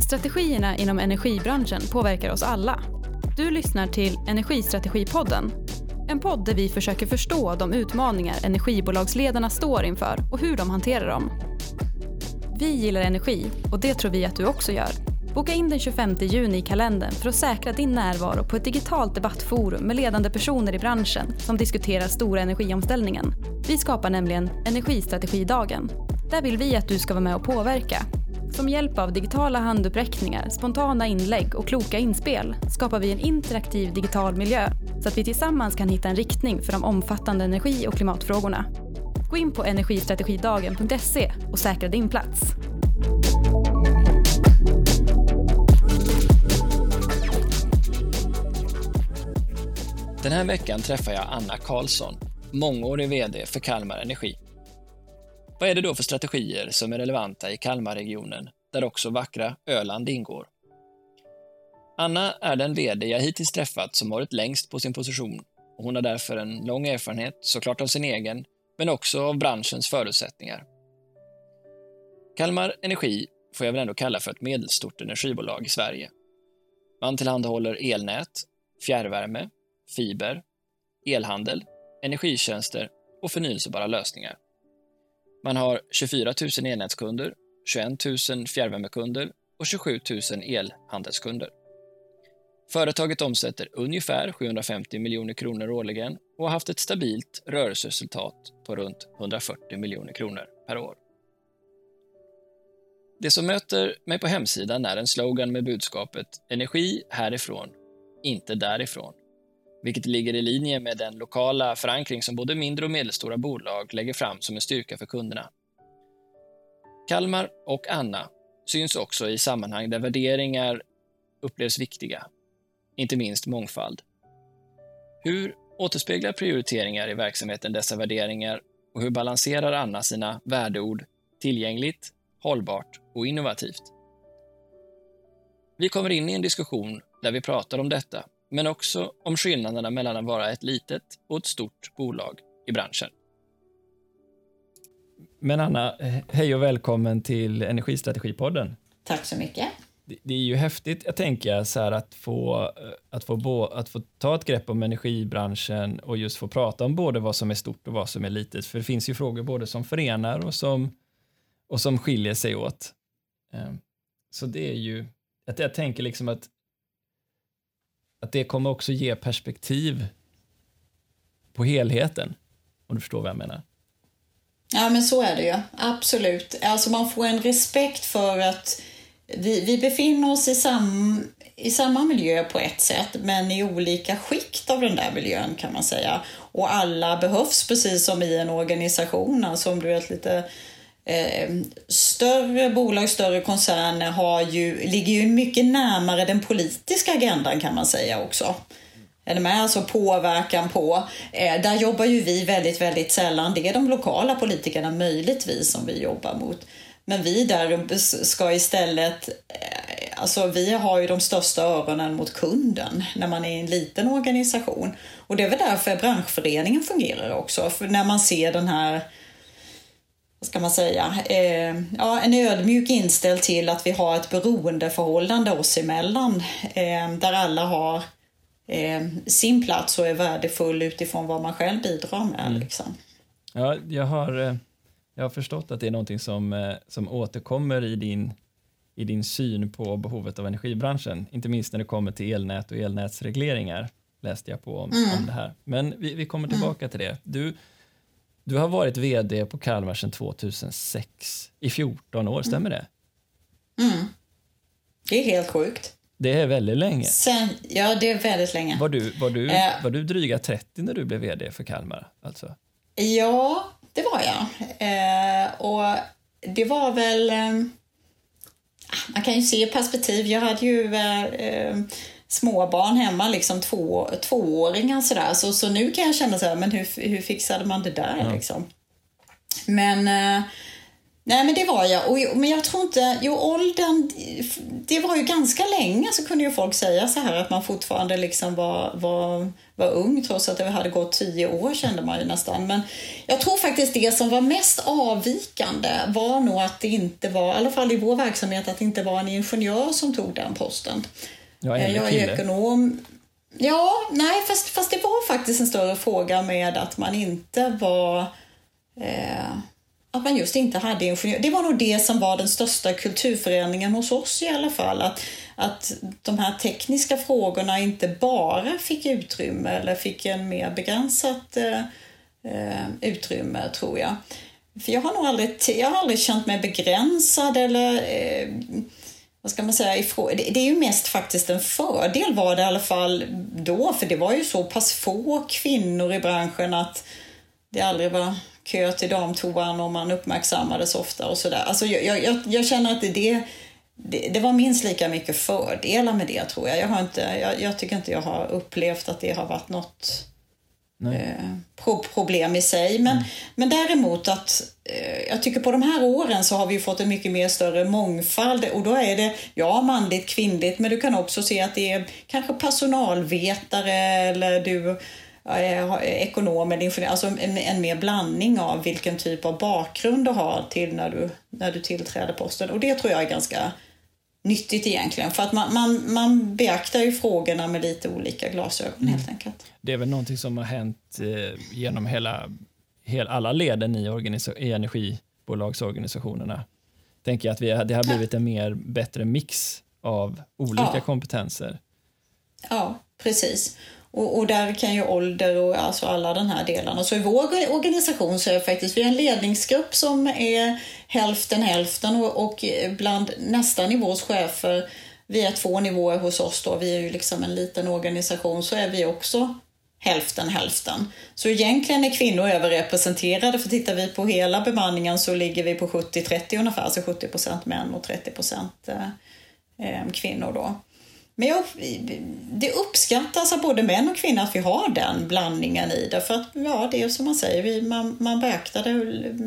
Strategierna inom energibranschen påverkar oss alla. Du lyssnar till Energistrategipodden. En podd där vi försöker förstå de utmaningar energibolagsledarna står inför och hur de hanterar dem. Vi gillar energi och det tror vi att du också gör. Boka in den 25 juni i kalendern för att säkra din närvaro på ett digitalt debattforum med ledande personer i branschen som diskuterar stora energiomställningen. Vi skapar nämligen Energistrategidagen. Där vill vi att du ska vara med och påverka. Som hjälp av digitala handuppräckningar, spontana inlägg och kloka inspel skapar vi en interaktiv digital miljö så att vi tillsammans kan hitta en riktning för de omfattande energi- och klimatfrågorna. Gå in på energistrategidagen.se och säkra din plats. Den här veckan träffar jag Anna Karlsson, mångårig vd för Kalmar Energi. Vad är det då för strategier som är relevanta i Kalmarregionen, där också vackra Öland ingår? Anna är den vd jag hittills träffat som varit längst på sin position och hon har därför en lång erfarenhet, såklart av sin egen, men också av branschens förutsättningar. Kalmar Energi får jag väl ändå kalla för ett medelstort energibolag i Sverige. Man tillhandahåller elnät, fjärrvärme, fiber, elhandel, energitjänster och förnyelsebara lösningar. Man har 24 000 elnätskunder, 21 000 fjärrvärmekunder och 27 000 elhandelskunder. Företaget omsätter ungefär 750 miljoner kronor årligen och har haft ett stabilt rörelseresultat på runt 140 miljoner kronor per år. Det som möter mig på hemsidan är en slogan med budskapet "Energi härifrån, inte därifrån", vilket ligger i linje med den lokala förankring som både mindre och medelstora bolag lägger fram som en styrka för kunderna. Kalmar och Anna syns också i sammanhang där värderingar upplevs viktiga, inte minst mångfald. Hur återspeglar prioriteringar i verksamheten dessa värderingar och hur balanserar Anna sina värdeord tillgängligt, hållbart och innovativt? Vi kommer in i en diskussion där vi pratar om detta, men också om skillnaderna mellan att vara ett litet och ett stort bolag i branschen. Men Anna, hej och välkommen till Energistrategipodden. Tack så mycket. Det är ju häftigt, jag tänker så här, att få ta ett grepp om energibranschen och just få prata om både vad som är stort och vad som är litet. För det finns ju frågor både som förenar och som skiljer sig åt. Så det är ju, att jag tänker liksom att det kommer också ge perspektiv på helheten, om du förstår vad jag menar. Ja, men så är det ju. Absolut. Alltså man får en respekt för att vi befinner oss i samma miljö på ett sätt, men i olika skikt av den där miljön kan man säga. Och alla behövs precis som i en organisation. Alltså om du vet lite större bolag, större koncerner ligger ju mycket närmare den politiska agendan kan man säga också. Eller med, alltså påverkan på. Där jobbar ju vi väldigt, väldigt sällan. Det är de lokala politikerna möjligtvis som vi jobbar mot. Men vi där ska istället, alltså vi har ju de största öronen mot kunden när man är en liten organisation. Och det är väl därför branschföreningen fungerar också. För när man ser den här, vad ska man säga, en ödmjuk inställ till att vi har ett beroendeförhållande oss emellan. Där alla har sin plats och är värdefull utifrån vad man själv bidrar med. Liksom. Ja, jag har förstått att det är någonting som återkommer i din syn på behovet av energibranschen. Inte minst när det kommer till elnät och elnätsregleringar läste jag på om det här. Men vi kommer tillbaka till det. Du har varit vd på Kalmar sedan 2006. I 14 år, stämmer det? Det är helt sjukt. Det är väldigt länge. Ja, det är väldigt länge. Var du dryga 30 när du blev vd för Kalmar? Alltså? Ja, det var jag. Och det var väl... man kan ju se perspektiv. Jag hade ju småbarn hemma, liksom tvååringar sådär. Så nu kan jag känna så här, men hur fixade man det där liksom? Men Nej, men det var jag. Men jag tror inte... åldern... Det var ju ganska länge så kunde ju folk säga så här att man fortfarande liksom var ung, trots att det hade gått 10 år, kände man ju nästan. Men jag tror faktiskt det som var mest avvikande var nog att det inte var, i alla fall i vår verksamhet, att det inte var en ingenjör som tog den posten. Jag är ekonom. Ja, nej, fast det var faktiskt en större fråga med att man inte var... att man just inte hade ingenjör. Det var nog det som var den största kulturförändringen hos oss i alla fall. Att de här tekniska frågorna inte bara fick utrymme eller fick en mer begränsat utrymme, tror jag. För jag har aldrig känt mig begränsad eller... vad ska man säga? Det är ju mest faktiskt en fördel var det i alla fall då. För det var ju så pass få kvinnor i branschen att det aldrig var kö till damtoan och man uppmärksammades ofta och sådär. Alltså jag känner att det var minst lika mycket fördelar med det, tror jag. Jag tycker inte jag har upplevt att det har varit något problem i sig. Men däremot att jag tycker på de här åren så har vi fått en mycket mer större mångfald, och då är det manligt, kvinnligt, men du kan också se att det är kanske personalvetare eller du ekonom eller ingenjör, alltså en mer blandning av vilken typ av bakgrund du har till när du tillträder posten. Och det tror jag är ganska nyttigt egentligen, för att man beaktar ju frågorna med lite olika glasögon helt enkelt. Det är väl någonting som har hänt genom alla leden i energibolagsorganisationerna. Tänker jag att det har blivit en bättre mix av olika kompetenser. Ja, precis. Och där kan ju ålder och alltså alla den här delarna. Så i vår organisation så är faktiskt vi en ledningsgrupp som är hälften och bland nästa nivås chefer, vi är 2 nivåer hos oss då, vi är ju liksom en liten organisation, så är vi också hälften. Så egentligen är kvinnor överrepresenterade, för tittar vi på hela bemanningen så ligger vi på 70-30 ungefär, alltså 70% män och 30% kvinnor då. Men det uppskattas av både män och kvinnor att vi har den blandningen i det. För att det är som man säger, man beaktar det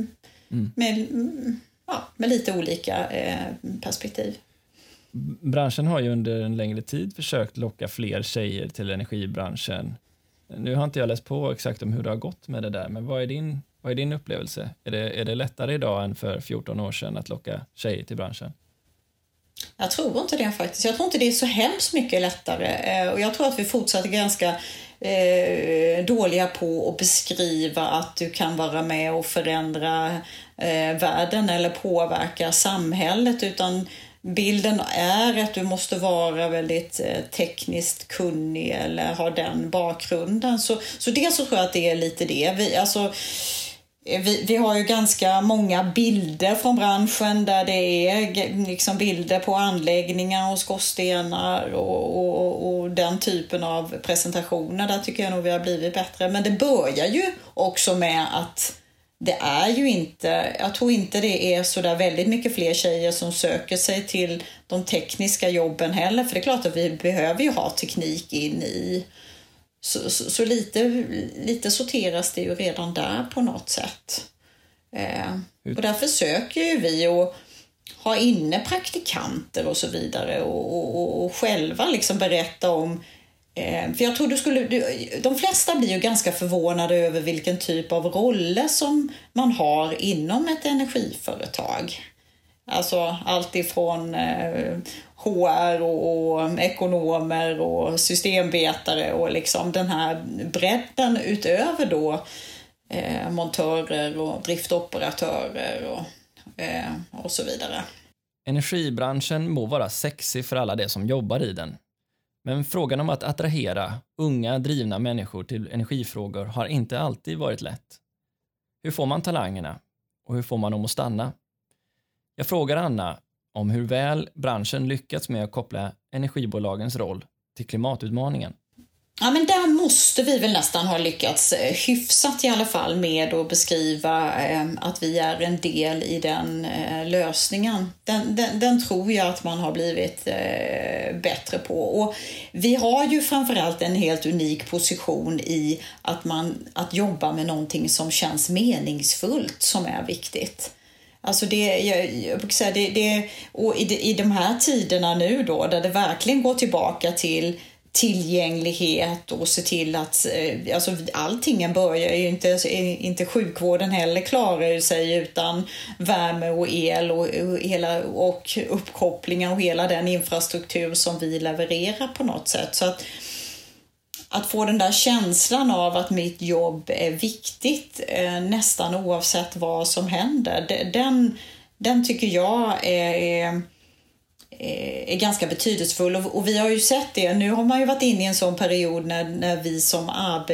med lite olika perspektiv. Branschen har ju under en längre tid försökt locka fler tjejer till energibranschen. Nu har inte jag läst på exakt om hur det har gått med det där, men vad är din upplevelse? Är det lättare idag än för 14 år sedan att locka tjejer till branschen? Jag tror inte det faktiskt. Jag tror inte det är så hemskt mycket lättare. Och jag tror att vi fortsatt är ganska dåliga på att beskriva att du kan vara med och förändra världen eller påverka samhället. Utan bilden är att du måste vara väldigt tekniskt kunnig eller ha den bakgrunden. Så det så tror jag att det är lite det. Vi har ju ganska många bilder från branschen där det är liksom bilder på anläggningar och skorstenar och den typen av presentationer. Där tycker jag nog vi har blivit bättre. Men det börjar ju också med att det är ju inte, jag tror inte det är så där väldigt mycket fler tjejer som söker sig till de tekniska jobben heller. För det är klart att vi behöver ju ha teknik in i. Så lite sorteras det ju redan där på något sätt. Och därför söker ju vi att ha inne praktikanter och så vidare och själva liksom berätta om. För jag tror de flesta blir ju ganska förvånade över vilken typ av roller som man har inom ett energiföretag. Alltså allt ifrån HR och ekonomer och systemvetare och liksom den här bredden utöver då montörer och driftoperatörer och så vidare. Energibranschen må vara sexig för alla det som jobbar i den. Men frågan om att attrahera unga, drivna människor till energifrågor har inte alltid varit lätt. Hur får man talangerna? Och hur får man dem att stanna? Jag frågar Anna om hur väl branschen lyckats med att koppla energibolagens roll till klimatutmaningen. Ja, men där måste vi väl nästan ha lyckats hyfsat i alla fall med att beskriva att vi är en del i den lösningen. Den tror jag att man har blivit bättre på. Och vi har ju framförallt en helt unik position i att jobba med någonting som känns meningsfullt, som är viktigt. Alltså jag brukar säga och i de här tiderna nu då, där det verkligen går tillbaka till tillgänglighet och se till att alltså allting börjar ju inte sjukvården heller klarar sig utan värme och el och uppkopplingar och hela den infrastruktur som vi levererar på något sätt. Så att få den där känslan av att mitt jobb är viktigt nästan oavsett vad som händer, den tycker jag är ganska betydelsefull. Och vi har ju sett det. Nu har man ju varit inne i en sån period när vi som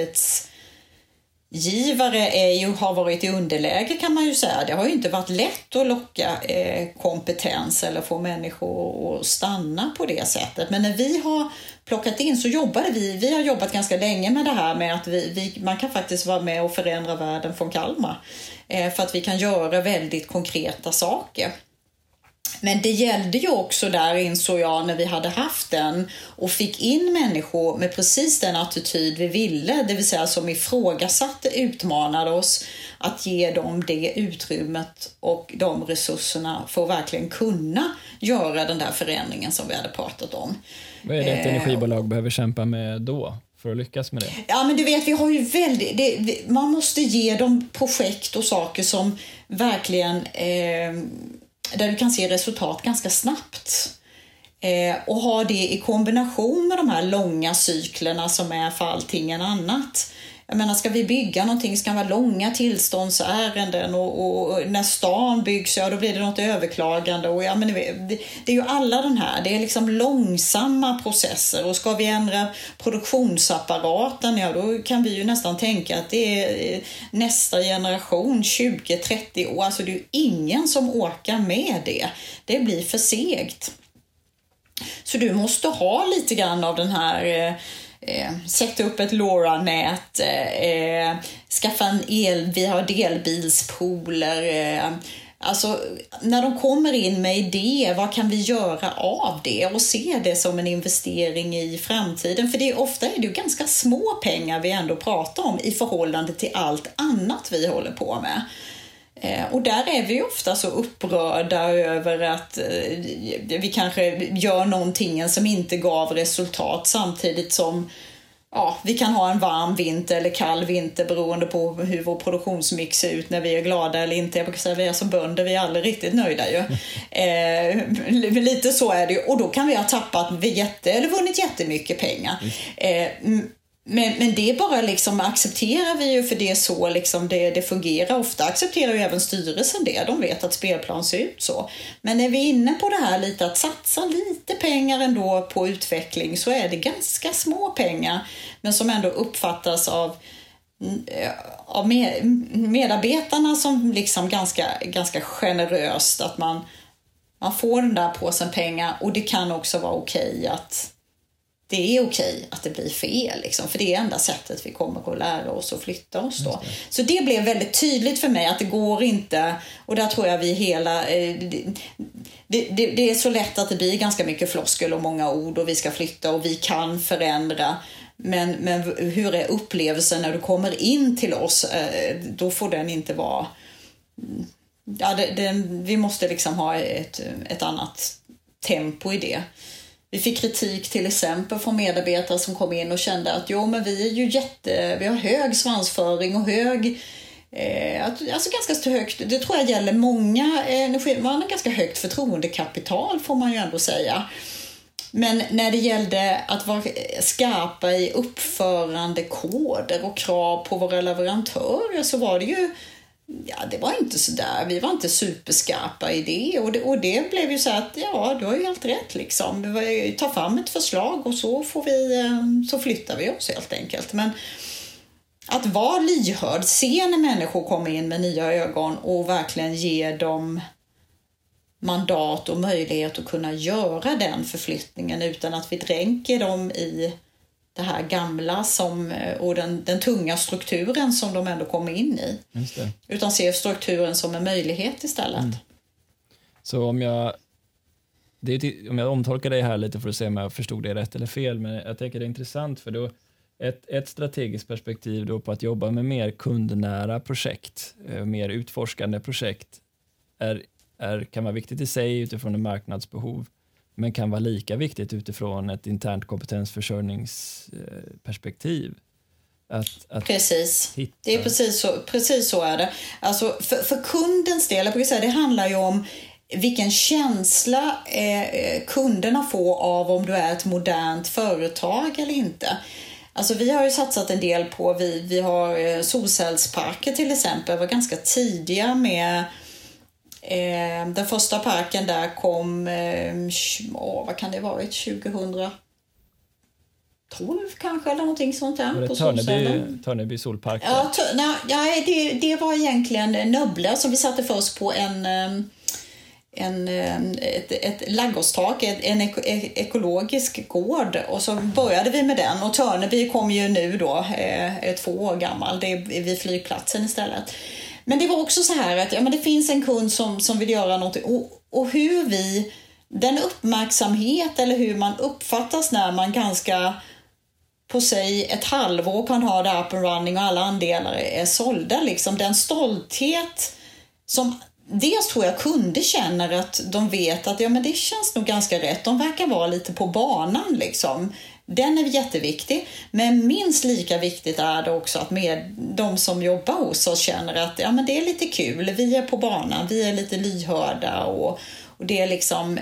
arbetsgivare har varit i underläge, kan man ju säga. Det har ju inte varit lätt att locka kompetens eller få människor att stanna på det sättet. Men när vi har plockat in så jobbade vi har jobbat ganska länge med det här med att man kan faktiskt vara med och förändra världen från Kalmar. För att vi kan göra väldigt konkreta saker. Men det gällde ju också där, insåg jag, när vi hade haft den och fick in människor med precis den attityd vi ville, det vill säga som ifrågasatte, utmanade oss, att ge dem det utrymmet och de resurserna för att verkligen kunna göra den där förändringen som vi hade pratat om. Vad är det ett energibolag behöver kämpa med då för att lyckas med det? Ja, men du vet, vi har ju man måste ge dem projekt och saker som verkligen där du kan se resultat ganska snabbt. Och ha det i kombination med de här långa cyklerna som är för allting än annat. Jag menar, ska vi bygga någonting ska det vara långa tillståndsärenden och när stan byggs, ja, då blir det något överklagande och ja, men det är ju alla den här, det är liksom långsamma processer, och ska vi ändra produktionsapparaten, ja, då kan vi ju nästan tänka att det är nästa generation 20-30 år, alltså det är ju ingen som åkar med det blir för segt. Så du måste ha lite grann av den här sätta upp ett LoRa-nät, skaffa en vi har delbilspooler. Alltså när de kommer in med idéer, vad kan vi göra av det, och se det som en investering i framtiden? För ofta är det ju ganska små pengar vi ändå pratar om i förhållande till allt annat vi håller på med. Och där är vi ofta så upprörda över att vi kanske gör någonting som inte gav resultat, samtidigt som vi kan ha en varm vinter eller kall vinter beroende på hur vår produktionsmix ser ut, när vi är glada eller inte. Jag brukar säga att vi är som bönder, vi är aldrig riktigt nöjda ju. Lite så är det ju. Och då kan vi ha tappat eller vunnit jättemycket pengar. Men det är bara liksom, accepterar vi ju, för det är så liksom det fungerar. Ofta accepterar ju även styrelsen det. De vet att spelplan ser ut så. Men när vi är inne på det här lite, att satsa lite pengar ändå på utveckling, så är det ganska små pengar, men som ändå uppfattas av medarbetarna som liksom ganska generöst, att man får den där påsen pengar. Och det kan också vara okej att det blir fel liksom, för det är enda sättet vi kommer att lära oss och flytta oss då. Så det blev väldigt tydligt för mig att det går inte, och där tror jag vi det är så lätt att det blir ganska mycket floskel och många ord, och vi ska flytta och vi kan förändra, men hur är upplevelsen när du kommer in till oss? Då får den inte vara vi måste liksom ha ett annat tempo i det. Vi fick kritik till exempel från medarbetare som kom in och kände att men vi är ju vi har hög svansföring och alltså ganska högt, det tror jag gäller många man har ganska högt förtroendekapital, får man ju ändå säga. Men när det gällde att vara skarpa i uppförandekoder och krav på våra leverantörer, så var det ju det var inte så där. Vi var inte superskarpa i det. Och det blev ju så att du har ju helt rätt liksom. Ta fram ett förslag och så flyttar vi oss helt enkelt. Men att vara lyhörd, se när människor kommer in med nya ögon och verkligen ge dem mandat och möjlighet att kunna göra den förflyttningen utan att vi dränker dem i det här gamla och den tunga strukturen som de ändå kommer in i. Just det. Utan ser strukturen som en möjlighet istället. Så om jag omtolkar dig här lite för att se om jag förstod det rätt eller fel, men jag tänker det är intressant, för då ett strategiskt perspektiv då på att jobba med mer kundnära projekt, mer utforskande projekt, kan vara viktigt i sig utifrån en marknadsbehov, men kan vara lika viktigt utifrån ett internt kompetensförsörjningsperspektiv. Precis. Det är precis så är det. Alltså för kundens del, jag brukar säga, det handlar ju om vilken känsla kunderna får av om du är ett modernt företag eller inte. Alltså vi har ju satsat en del på, vi har solcellsparker till exempel, var ganska tidiga med den första parken där kom, vad kan det varit, 2012 kanske eller någonting sånt där. Var det Törneby solpark? Ja, det var egentligen Nöbbla som vi satte först på ett ladugårdstak, en ekologisk gård, och så började vi med den, och Törneby kom ju nu då 2 år gammal, det är vid flygplatsen istället. Men det var också så här att men det finns en kund som vill göra någonting, och hur den uppmärksamhet eller hur man uppfattas när man ganska på sig ett halvår kan ha det up and running och alla andelar är sålda, liksom den stolthet som dels tror jag kunder känner, att de vet att men det känns nog ganska rätt, de verkar vara lite på banan liksom. Den är jätteviktig, men minst lika viktigt är det också att de som jobbar hos oss känner att men det är lite kul, vi är på banan, vi är lite lyhörda, och det är liksom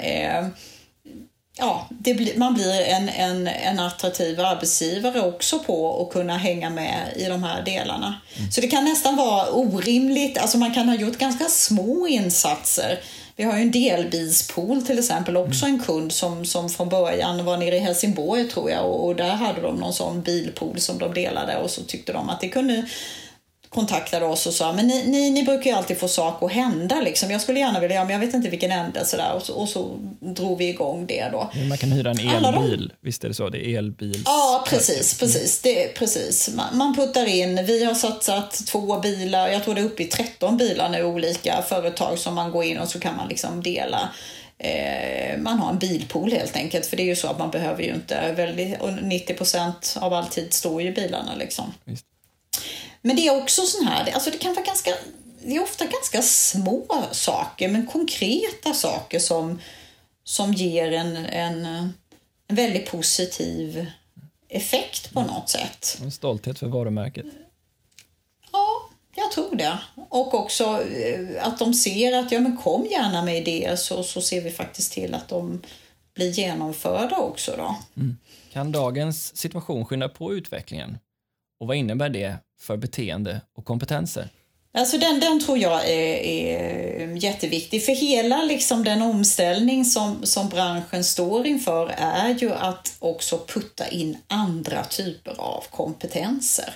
man blir en attraktiv arbetsgivare också på att kunna hänga med i de här delarna. Så det kan nästan vara orimligt, alltså man kan ha gjort ganska små insatser. Vi har ju en delbilspool till exempel, också en kund som från början var nere i Helsingborg tror jag, och där hade de någon sån bilpool som de delade, och så tyckte de att det kunde, kontaktade oss och sa, men ni brukar ju alltid få saker att hända liksom. Jag skulle gärna vilja, men jag vet inte vilken ände sådär, och så drog vi igång det då. Man kan hyra en elbil, visst är det så? Det är elbil. Ja, precis. Det är precis. Man puttar in, vi har satsat 2 bilar, jag tror det är uppe i 13 bilar nu, olika företag som man går in och så kan man liksom dela. Man har en bilpool helt enkelt, för det är ju så att man behöver ju inte, 90% av all tid står ju bilarna liksom. Visst. Men det är också sån här, alltså det kan vara det är ofta ganska små saker, men konkreta saker som ger en väldigt positiv effekt på något sätt. En stolthet för varumärket. Ja, jag tror det. Och också att de ser att men kom gärna med idéer, så ser vi faktiskt till att de blir genomförda också då. Kan dagens situation skynda på utvecklingen? Och vad innebär det för beteende och kompetenser? Alltså den tror jag är jätteviktig. För hela liksom den omställning som branschen står inför är ju att också putta in andra typer av kompetenser.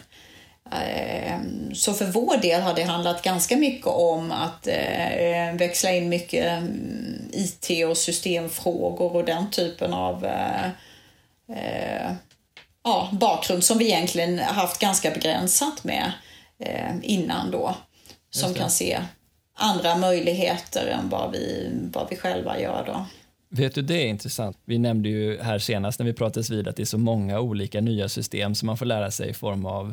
Så för vår del har det handlat ganska mycket om att växla in mycket IT och systemfrågor och den typen av bakgrund som vi egentligen haft ganska begränsat med innan då. Som kan se andra möjligheter än vad vi själva gör då. Vet du, det är intressant. Vi nämnde ju här senast när vi pratades vid att det är så många olika nya system som man får lära sig i form av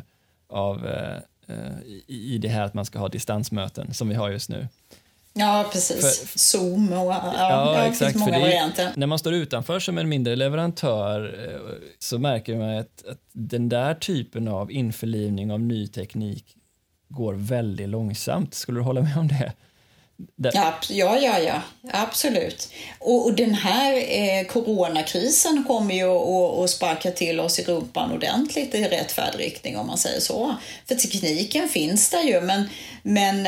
i det här att man ska ha distansmöten som vi har just nu. Ja, precis. Zoom och exakt, finns många varianter. När man står utanför som en mindre leverantör så märker man att den där typen av införlivning av ny teknik går väldigt långsamt. Skulle du hålla med om det? Ja, absolut. Och den här coronakrisen kommer ju att sparka till oss i rumpan ordentligt i rätt färdriktning, om man säger så. För tekniken finns där ju, men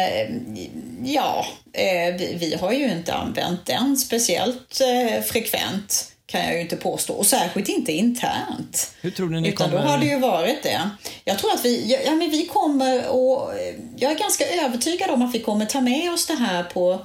vi har ju inte använt den speciellt frekvent, kan jag ju inte påstå, och särskilt inte internt. Hur tror ni utan kommer... då har det ju varit det. Jag tror att vi kommer, och jag är ganska övertygad om att vi kommer ta med oss det här på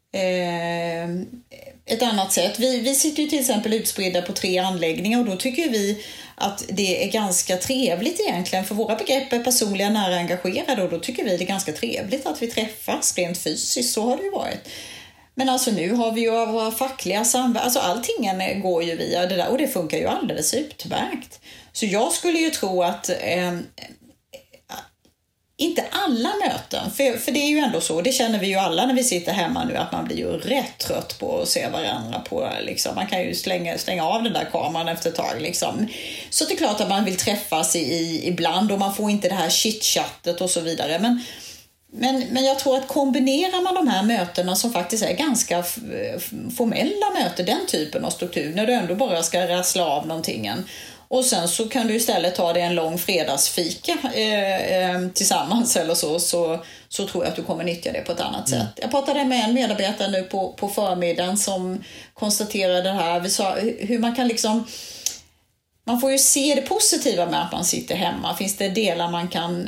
ett annat sätt. Vi sitter ju till exempel utspridda på 3 anläggningar, och då tycker vi att det är ganska trevligt egentligen, för våra begrepp är personliga, nära, engagerade, och då tycker vi det är ganska trevligt att vi träffas rent fysiskt. Så har det ju varit. Men alltså nu har vi ju våra fackliga alltså allting går ju via det där, och det funkar ju alldeles utmärkt. Så jag skulle ju tro att inte alla möten, för det är ju ändå så, det känner vi ju alla när vi sitter hemma nu, att man blir ju rätt trött på att se varandra på, liksom. Man kan ju stänga av den där kameran efter ett tag, liksom. Så det är klart att man vill träffas ibland, och man får inte det här chitchattet och så vidare, men jag tror att kombinerar man de här mötena som faktiskt är ganska formella möten, den typen av struktur, när du ändå bara ska rassla av någonting, och sen så kan du istället ta det en lång fredagsfika tillsammans eller så tror jag att du kommer nyttja det på ett annat sätt. Jag pratade med en medarbetare nu på förmiddagen som konstaterade det här. Vi sa hur man kan liksom, man får ju se det positiva med att man sitter hemma. Finns det delar man kan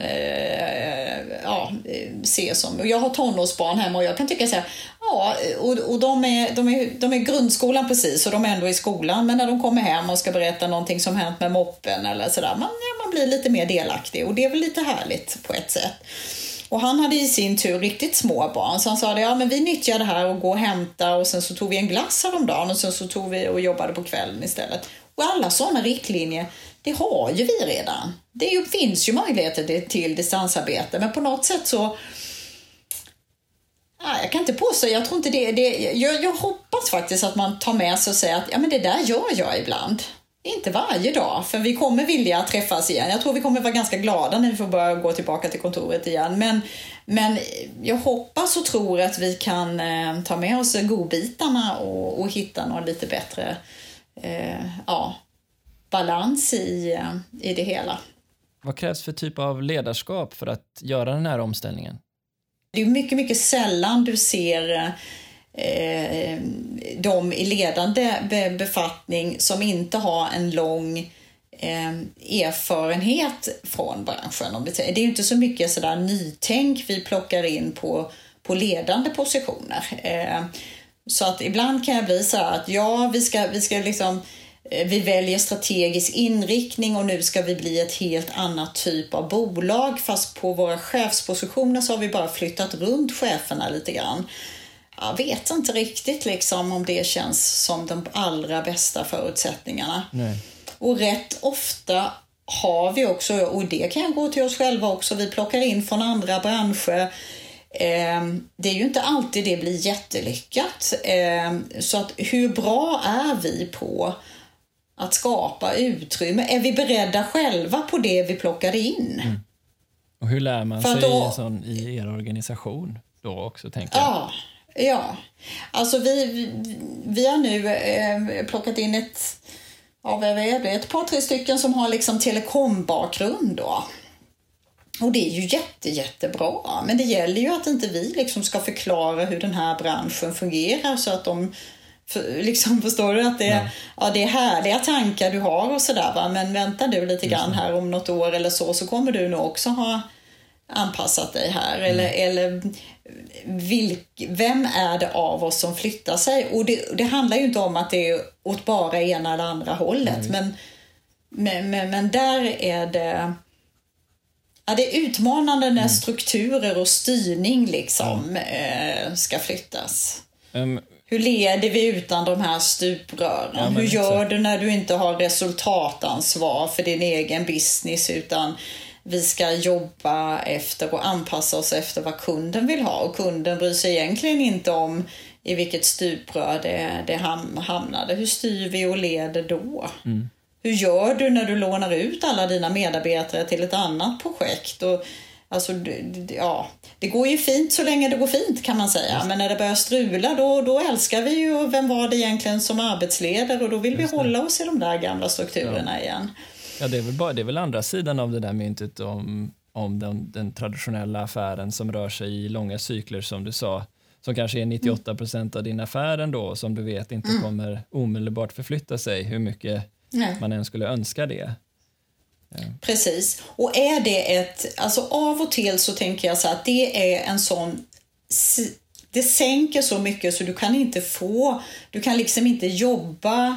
se som... Jag har tonårsbarn hemma och jag kan tycka så här, ja, och de är grundskolan precis, och de är ändå i skolan, men när de kommer hem och ska berätta någonting som hänt med moppen eller sådär, man blir lite mer delaktig, och det är väl lite härligt på ett sätt. Och han hade i sin tur riktigt små barn, så han sa det, men vi nyttjar det här och gå och hämta, och sen så tog vi en glass häromdagen, och sen så tog vi och jobbade på kvällen istället. Och alla sådana riktlinjer, det har ju vi redan. Det finns ju möjligheter till distansarbete, men på något sätt så... Jag kan inte påstå, jag tror inte jag hoppas faktiskt att man tar med sig och säger att men det där gör jag ibland. Inte varje dag, för vi kommer vilja träffas igen. Jag tror vi kommer vara ganska glada när vi får börja gå tillbaka till kontoret igen. Men jag hoppas och tror att vi kan ta med oss godbitarna och hitta någon lite bättre balans i det hela. Vad krävs för typ av ledarskap för att göra den här omställningen? Det är mycket, mycket sällan du ser de i ledande befattning som inte har en lång erfarenhet från branschen. Det är ju inte så mycket sådär nytänk vi plockar in på ledande positioner. Så att ibland kan jag bli så här att vi ska liksom... Vi väljer strategisk inriktning och nu ska vi bli ett helt annat typ av bolag, fast på våra chefspositioner så har vi bara flyttat runt cheferna lite grann. Jag vet inte riktigt liksom om det känns som de allra bästa förutsättningarna. Nej. Och rätt ofta har vi också, och det kan gå till oss själva också, vi plockar in från andra branscher. Det är ju inte alltid det blir jättelyckat. Så att hur bra är vi på att skapa utrymme? Är vi beredda själva på det vi plockar in? Mm. Och hur lär man sig i er organisation då också, tänker jag? Ja. Alltså vi har nu plockat in ett par, tre stycken som har liksom telekombakgrund då. Och det är ju jättebra. Men det gäller ju att inte vi liksom ska förklara hur den här branschen fungerar så att de liksom förstår du att det är härliga tankar du har och sådär, va? Men vänta du lite grann här om något år eller så kommer du nog också ha anpassat dig här. Eller vem är det av oss som flyttar sig? Och det handlar ju inte om att det är åt bara ena eller andra hållet. Men där är det... Ja, det är utmanande när strukturer och styrning liksom ska flyttas. Hur leder vi utan de här stuprören? Hur gör du när du inte har resultatansvar för din egen business, utan vi ska jobba efter och anpassa oss efter vad kunden vill ha, och kunden bryr sig egentligen inte om i vilket stuprör det hamnade. Hur styr vi och leder då? Hur gör du när du lånar ut alla dina medarbetare till ett annat projekt? Och, alltså, det går ju fint så länge det går fint, kan man säga. Men när det börjar strula, då älskar vi ju vem var det egentligen som arbetsledare, och då vill vi hålla oss i de där gamla strukturerna igen. Ja, det är väl andra sidan av det där myntet om den traditionella affären som rör sig i långa cykler, som du sa, som kanske är 98% av din affär ändå, som du vet inte kommer omedelbart förflytta sig, hur mycket man än skulle önska det. Ja. Precis. Och är det alltså av och till så tänker jag så att det är en sån, det sänker så mycket så du kan liksom inte jobba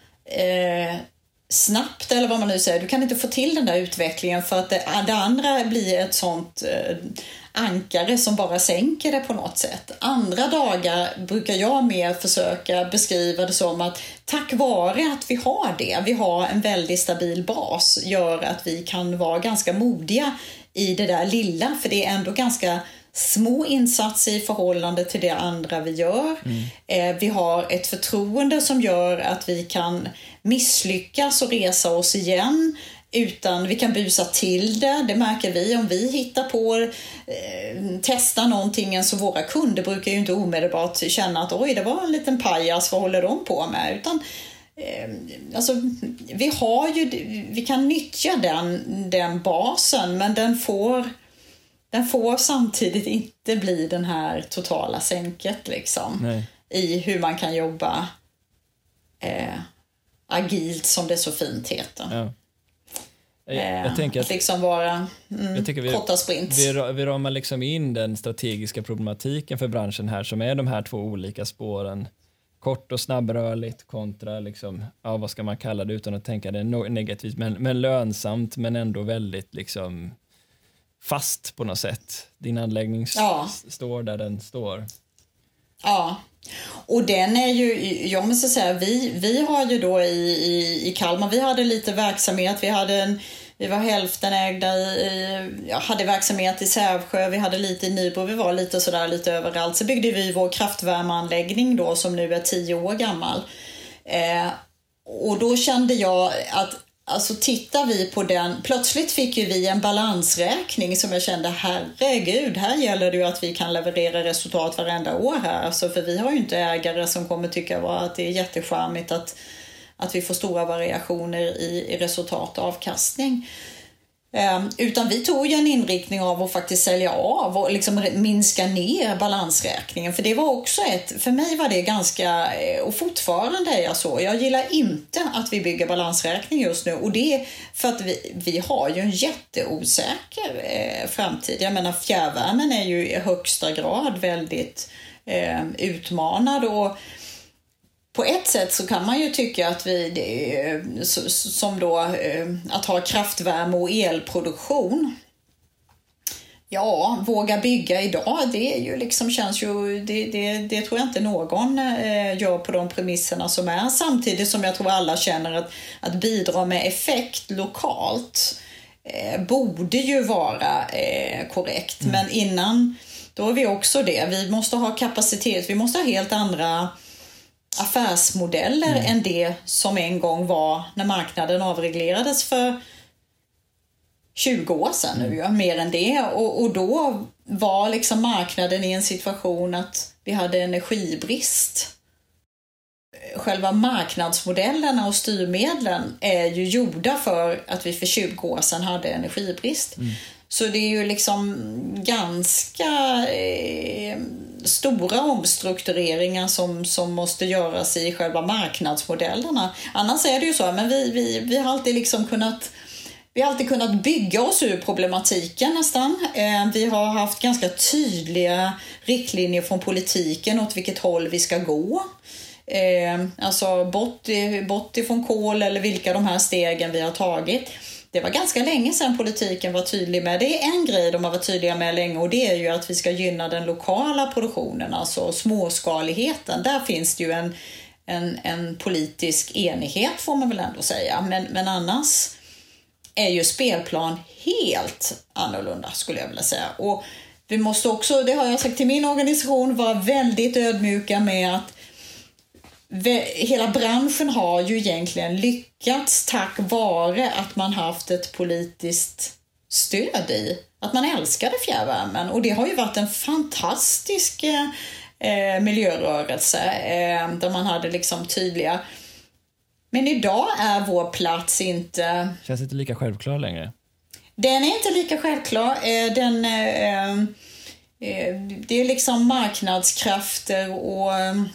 snabbt, eller vad man nu säger. Du kan inte få till den där utvecklingen, för att det andra blir ett sånt ankare som bara sänker det på något sätt. Andra dagar brukar jag mer försöka beskriva det som att tack vare att vi har en väldigt stabil bas, gör att vi kan vara ganska modiga i det där lilla, för det är ändå ganska små insatser i förhållande till det andra vi gör. Vi har ett förtroende som gör att vi kan misslyckas och resa oss igen utan vi kan busa till det. Det märker vi om vi hittar på testa någonting, så våra kunder brukar ju inte omedelbart känna att oj, det var en liten pajas, vad håller de på med? Utan alltså, vi kan nyttja den basen, men den får samtidigt inte bli den här totala sänket liksom. I hur man kan jobba agilt, som det så fint heter. Ja. Jag tänker att liksom vara korta sprint. Vi ramar liksom in den strategiska problematiken för branschen här, som är de här två olika spåren. Kort och snabbrörligt kontra liksom, ja, vad ska man kalla det utan att tänka det negativt, men lönsamt, men ändå väldigt liksom fast på något sätt. Din anläggning står där den står. Ja. Och den är ju, jag måste säga, vi har ju då i Kalmar, vi hade lite verksamhet, vi var hälften ägda hade verksamhet i Sävsjö, vi hade lite i Nybro, vi var lite överallt. Så byggde vi vår kraftvärmeanläggning då, som nu är 10 år gammal. Och då kände jag att, alltså tittar vi på den, plötsligt fick ju vi en balansräkning som jag kände, herregud, här gäller det ju att vi kan leverera resultat varenda år här. Alltså, för vi har ju inte ägare som kommer tycka att det är jättecharmigt att vi får stora variationer i resultat och avkastning. Utan vi tog ju en inriktning av att faktiskt sälja av och liksom minska ner balansräkningen. För det var också för mig var det ganska, och fortfarande är jag så. Jag gillar inte att vi bygger balansräkning just nu. Och det är för att vi har ju en jätteosäker framtid. Jag menar, fjärrvärmen är ju i högsta grad väldigt utmanad, och på ett sätt så kan man ju tycka att som då att ha kraftvärme och elproduktion. Ja, våga bygga idag, det är ju liksom, känns ju, det tror jag inte någon gör på de premisserna som är. Samtidigt som jag tror alla känner att bidra med effekt lokalt borde ju vara korrekt. Men innan, då är vi också det. Vi måste ha kapacitet, vi måste ha helt andra affärsmodeller än det som en gång var när marknaden avreglerades för 20 år sedan nu, mer än det. Och då var liksom marknaden i en situation att vi hade energibrist. Själva marknadsmodellerna och styrmedlen är ju gjorda för att vi för 20 år sedan hade energibrist. Så det är ju liksom ganska stora omstruktureringar som måste göras i själva marknadsmodellerna. Annars är det ju så, men vi har alltid liksom kunnat bygga oss ur problematiken nästan. Vi har haft ganska tydliga riktlinjer från politiken åt vilket håll vi ska gå. Alltså bort ifrån kol, eller vilka de här stegen vi har tagit. Det var ganska länge sedan politiken var tydlig med. Det är en grej de har varit tydliga med länge, och det är ju att vi ska gynna den lokala produktionen, alltså småskaligheten. Där finns det ju en politisk enighet, får man väl ändå säga. Men annars är ju spelplan helt annorlunda, skulle jag vilja säga. Och vi måste också, det har jag sagt till min organisation, vara väldigt ödmjuka med att hela branschen har ju egentligen lyckats tack vare att man haft ett politiskt stöd i att man älskade fjärrvärmen, och det har ju varit en fantastisk miljörörelse där man hade liksom tydliga. Men idag är vår plats inte... Känns inte lika självklar längre. Den är inte lika självklar. Det är liksom marknadskrafter och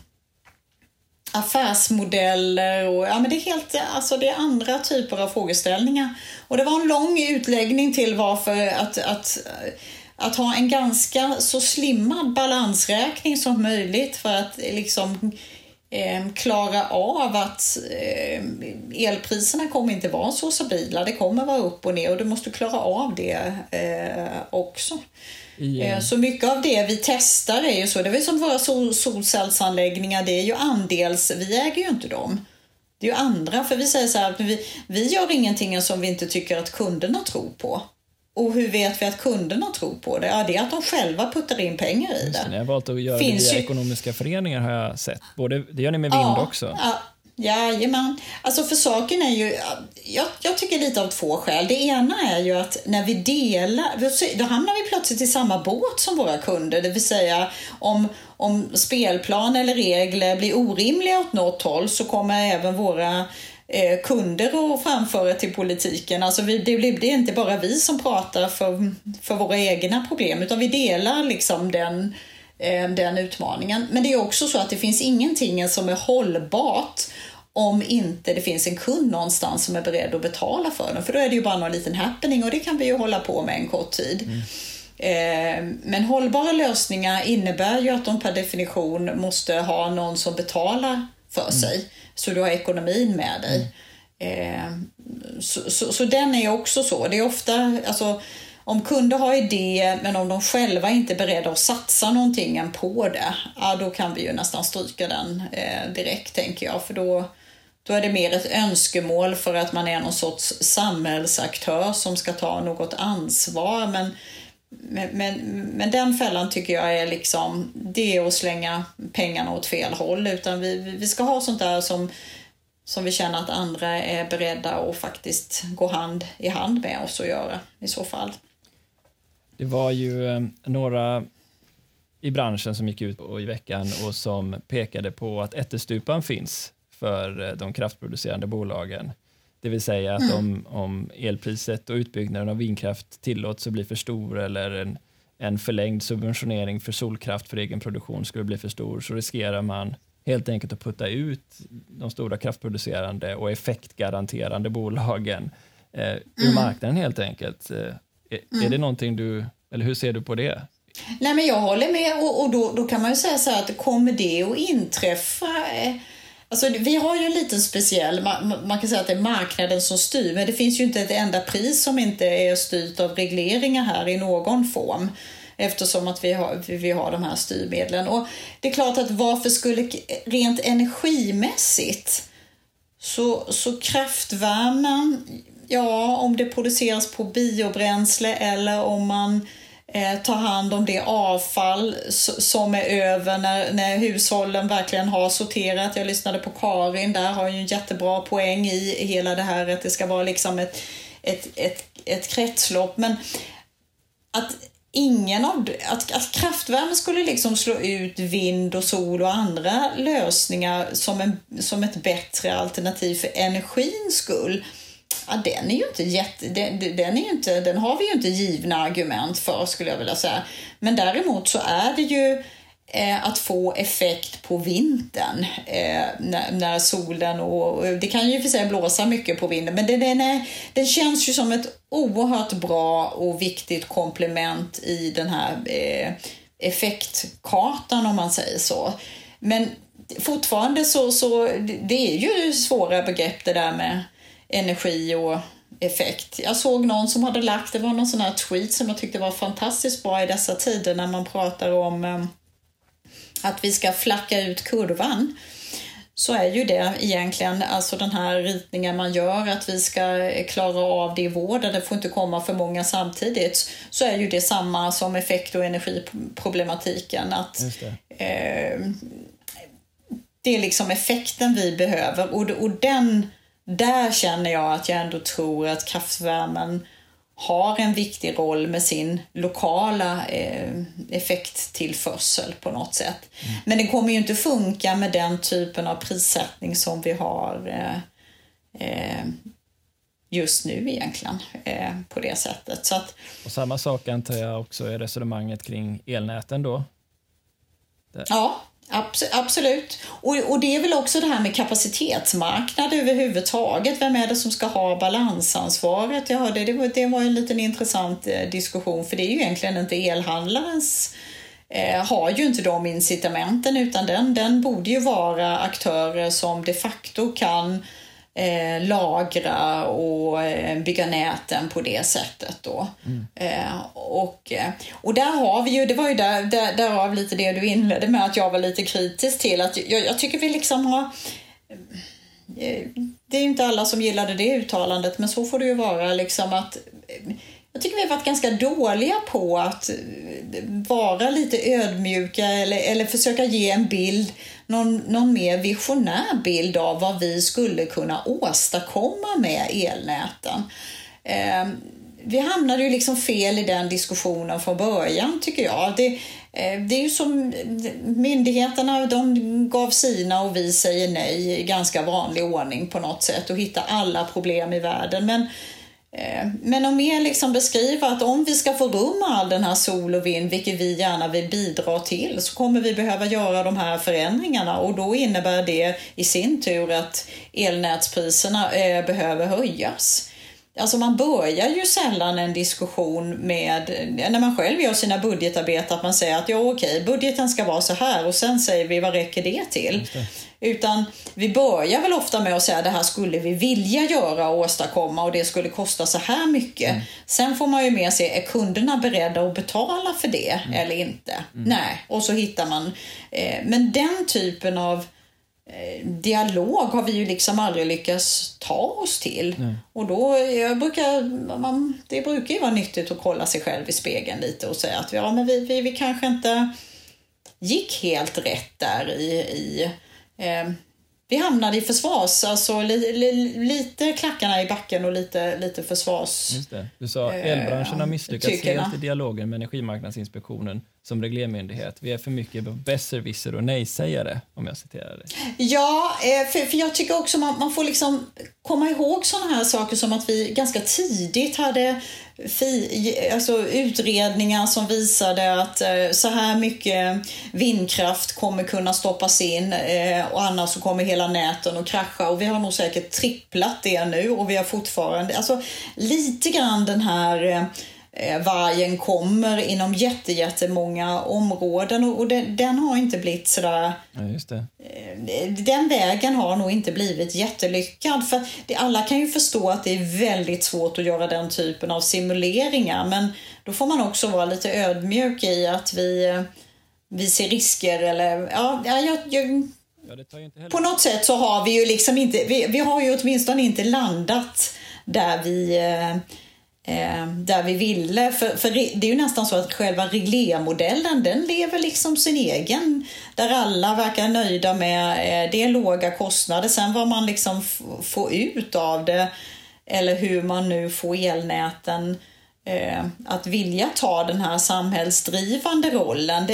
affärsmodeller och men det är helt, alltså det är andra typer av frågeställningar. Och det var en lång utläggning till varför att ha en ganska så slimmad balansräkning som möjligt för att liksom klara av att elpriserna kommer inte vara så stabila. Det kommer vara upp och ner, och du måste klara av det också. Så mycket av det vi testar är ju så. Det är som våra solcellsanläggningar, det är ju andels, vi äger ju inte dem. Det är ju andra, för vi säger så här att vi gör ingenting som vi inte tycker att kunderna tror på. Och hur vet vi att kunderna tror på det? Ja, det är att de själva puttar in pengar i det. Ni har valt att göra det via ekonomiska föreningar, har jag sett. Det gör ni med vind också. Jajamän. Alltså för saken är ju, jag tycker lite av två skäl. Det ena är ju att när vi delar, då hamnar vi plötsligt i samma båt som våra kunder. Det vill säga om spelplan eller regler blir orimliga åt något håll, så kommer även våra kunder att framföra till politiken. Alltså det blir inte bara vi som pratar för våra egna problem, utan vi delar liksom den utmaningen. Men det är också så att det finns ingenting som är hållbart om inte det finns en kund någonstans som är beredd att betala för den. För då är det ju bara någon liten happening, och det kan vi ju hålla på med en kort tid. Men hållbara lösningar innebär ju att de per definition måste ha någon som betalar för sig. Så du har ekonomin med dig. Så den är också så. Det är ofta, alltså, om kunder har idéer men om de själva inte är beredda att satsa någonting på det, ja, då kan vi ju nästan stryka den direkt, tänker jag. För då är det mer ett önskemål för att man är någon sorts samhällsaktör som ska ta något ansvar. Men den fällan tycker jag är liksom, det är att slänga pengarna åt fel håll. Utan vi ska ha sånt där som vi känner att andra är beredda att faktiskt gå hand i hand med oss och göra i så fall. Det var ju några i branschen som gick ut i veckan och som pekade på att ättestupan finns för de kraftproducerande bolagen. Det vill säga att om elpriset och utbyggnaden av vindkraft tillåts att bli för stor, eller en förlängd subventionering för solkraft för egen produktion skulle bli för stor, så riskerar man helt enkelt att putta ut de stora kraftproducerande och effektgaranterande bolagen ur marknaden helt enkelt. Är det någonting eller hur ser du på det? Nej, men jag håller med, och då kan man ju säga så här att kommer det att inträffa. Alltså, vi har ju en liten speciell, man kan säga att det är marknaden som styr, men det finns ju inte ett enda pris som inte är styrt av regleringar här i någon form, eftersom att vi har de här styrmedlen. Och det är klart att varför skulle rent energimässigt så kraftvärmen, ja, om det produceras på biobränsle eller om man ta hand om det avfall som är över när hushållen verkligen har sorterat. Jag lyssnade på Karin, där har ju en jättebra poäng i hela det här att det ska vara liksom ett kretslopp. Men att kraftvärme skulle liksom slå ut vind och sol och andra lösningar som ett bättre alternativ för energins skull. Ja, den har vi ju inte givna argument för, skulle jag vilja säga. Men däremot så är det ju att få effekt på vintern när solen, och det kan ju för sig blåsa mycket på vintern, men den känns ju som ett oerhört bra och viktigt komplement i den här effektkartan, om man säger så. Men fortfarande så det är ju svåra begrepp det där med energi och effekt. Jag såg någon som hade det var någon sån här tweet som jag tyckte var fantastiskt bra i dessa tider när man pratar om att vi ska flacka ut kurvan. Så är ju det egentligen, alltså den här ritningen man gör, att vi ska klara av det i vården, det får inte komma för många samtidigt, så är ju det samma som effekt- och energiproblematiken, att det är liksom effekten vi behöver, och där känner jag att jag ändå tror att kraftvärmen har en viktig roll med sin lokala effekttillförsel på något sätt. Men det kommer ju inte funka med den typen av prissättning som vi har just nu egentligen på det sättet. Så att, och samma sak antar jag också är resonemanget kring elnäten då? Ja, absolut. Och det är väl också det här med kapacitetsmarknad överhuvudtaget. Vem är det som ska ha balansansvaret? Jag hörde, det var en liten intressant diskussion, för det är ju egentligen inte elhandlarens har ju inte de incitamenten, utan den borde ju vara aktörer som de facto kan lagra och bygga näten på det sättet då. Och där har vi ju, det var ju därav lite det du inledde med, att jag var lite kritisk till att jag tycker vi liksom har, det är ju inte alla som gillade det uttalandet, men så får det ju vara liksom, att Jag tycker vi har varit ganska dåliga på att vara lite ödmjuka eller försöka ge en bild, någon mer visionär bild av vad vi skulle kunna åstadkomma med elnäten. Vi hamnade ju liksom fel i den diskussionen från början, tycker jag. Det är ju som myndigheterna, de gav sina och vi säger nej i ganska vanlig ordning på något sätt och hitta alla problem i världen. Men om mer liksom beskriva att om vi ska få rum med all den här sol och vind, vilket vi gärna vill bidra till, så kommer vi behöva göra de här förändringarna, och då innebär det i sin tur att elnätspriserna behöver höjas. Alltså man börjar ju sällan en diskussion med, när man själv gör sina budgetarbeten, att man säger att ja okej, budgeten ska vara så här och sen säger vi vad räcker det till. Utan vi börjar väl ofta med att säga det här skulle vi vilja göra och åstadkomma och det skulle kosta så här mycket. Sen får man ju med sig, är kunderna beredda att betala för det eller inte? Nej, och så hittar man. Men den typen av dialog har vi ju liksom aldrig lyckats ta oss till. Och då det brukar ju vara nyttigt att kolla sig själv i spegeln lite och säga att ja, men vi kanske inte gick helt rätt där vi hamnade i försvars, alltså lite klackarna i backen och lite försvars. Just det. Du sa elbranschen har misslyckats helt i dialogen med Energimarknadsinspektionen som reglermyndighet. Vi är för mycket besserwisser och nej-sägare, om jag citerar det. Ja, för jag tycker också man får liksom komma ihåg sådana här saker som att vi ganska tidigt hade utredningar som visade att så här mycket vindkraft kommer kunna stoppas in och annars så kommer hela näten att krascha, och vi har nog säkert tripplat det nu, och vi har fortfarande lite grann den här vargen kommer inom jättemånga områden, och den har inte blivit sådär. Ja, just det. Den vägen har nog inte blivit jättelyckad, för alla kan ju förstå att det är väldigt svårt att göra den typen av simuleringar, men då får man också vara lite ödmjuk i att vi ser risker eller på något sätt så har vi ju liksom inte, vi har ju åtminstone inte landat där vi ville, för det är ju nästan så att själva reglermodellen, den lever liksom sin egen, där alla verkar nöjda med det låga kostnader, sen vad man liksom får ut av det, eller hur man nu får elnäten att vilja ta den här samhällsdrivande rollen,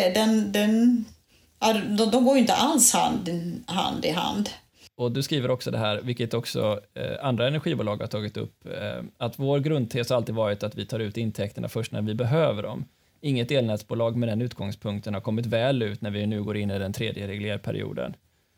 de går ju inte alls hand i hand. Och du skriver också det här, vilket också andra energibolag har tagit upp, att vår grundtes har alltid varit att vi tar ut intäkterna först när vi behöver dem. Inget elnätsbolag med den utgångspunkten har kommit väl ut när vi nu går in i den 3:e reglerperioden.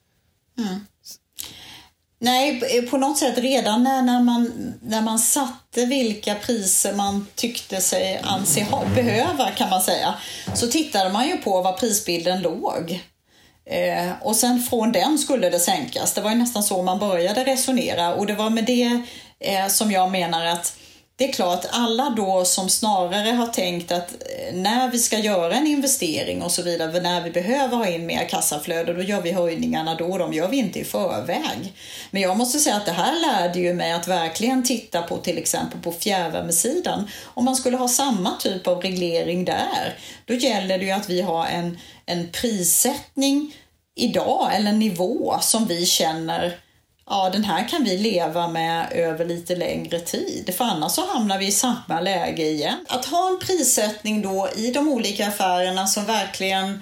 Nej, på något sätt redan när man satte vilka priser man tyckte sig behöva, kan man säga, så tittade man ju på vad prisbilden låg. Och sen från den skulle det sänkas. Det var ju nästan så man började resonera, och det var med det som jag menar att det är klart, alla då som snarare har tänkt att när vi ska göra en investering och så vidare, när vi behöver ha in mer kassaflöde, då gör vi höjningarna då, de gör vi inte i förväg. Men jag måste säga att det här lärde ju mig att verkligen titta på till exempel på fjärrvärmesidan. Om man skulle ha samma typ av reglering där, då gäller det ju att vi har en prissättning idag, eller en nivå som vi känner, ja, den här kan vi leva med över lite längre tid, för annars så hamnar vi i samma läge igen. Att ha en prissättning då i de olika affärerna som verkligen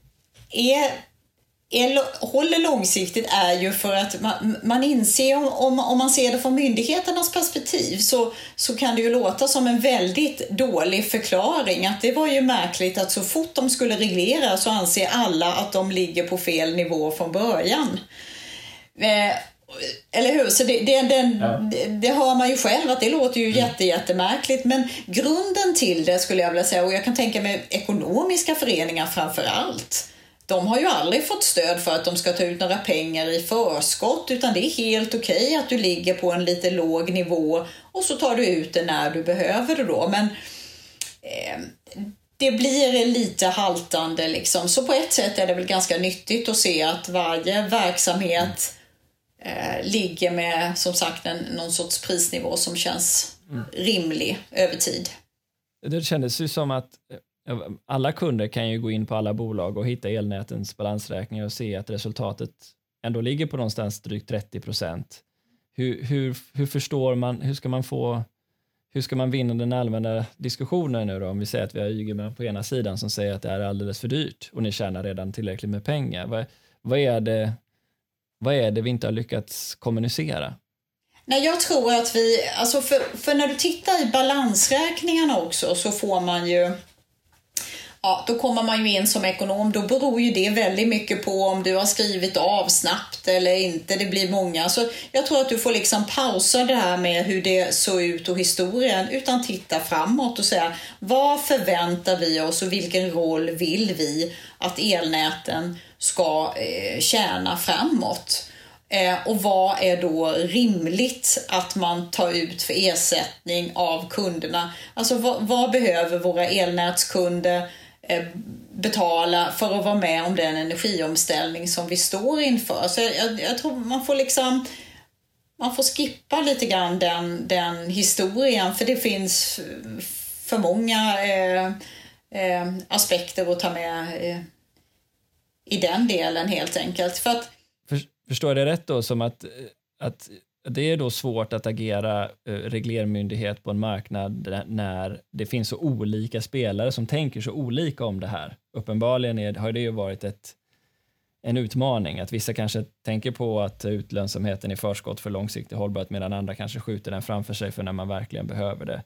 håller långsiktigt är ju för att man inser, om man ser det från myndigheternas perspektiv, så kan det ju låta som en väldigt dålig förklaring, att det var ju märkligt att så fort de skulle reglera så anser alla att de ligger på fel nivå från början. Eller hur? Så det hör man ju själv att det låter ju jättemärkligt, men grunden till det skulle jag vilja säga, och jag kan tänka mig ekonomiska föreningar framför allt, de har ju aldrig fått stöd för att de ska ta ut några pengar i förskott, utan det är helt okej att du ligger på en lite låg nivå och så tar du ut det när du behöver det då, men det blir lite haltande liksom. Så på ett sätt är det väl ganska nyttigt att se att varje verksamhet ligger med, som sagt, någon sorts prisnivå som känns rimlig över tid. Det kändes ju som att alla kunder kan ju gå in på alla bolag och hitta elnätens balansräkningar och se att resultatet ändå ligger på någonstans drygt 30%. Hur förstår man, hur ska man vinna den allmänna diskussionen nu då? Om vi säger att vi har Ygeman på ena sidan som säger att det är alldeles för dyrt och ni tjänar redan tillräckligt med pengar. Vad är det vi inte har lyckats kommunicera? Nej, jag tror att vi, alltså för när du tittar i balansräkningarna också så får man ju, ja, då kommer man ju in som ekonom. Då beror ju det väldigt mycket på om du har skrivit av snabbt eller inte. Det blir många. Så jag tror att du får liksom pausa det här med hur det såg ut och historien, utan titta framåt och säga vad förväntar vi oss och vilken roll vill vi att elnäten ska tjäna framåt. Och vad är då rimligt att man tar ut för ersättning av kunderna? Alltså vad behöver våra elnätskunder betala för att vara med om den energiomställning som vi står inför? Så jag tror man får skippa lite grann den historien, för det finns för många aspekter att ta med i den delen helt enkelt. För att förstår jag det rätt då som att det är då svårt att agera reglermyndighet på en marknad när det finns så olika spelare som tänker så olika om det här? Uppenbarligen har det ju varit en utmaning att vissa kanske tänker på att utlönsamheten är förskott för långsiktig hållbarhet medan andra kanske skjuter den framför sig för när man verkligen behöver det.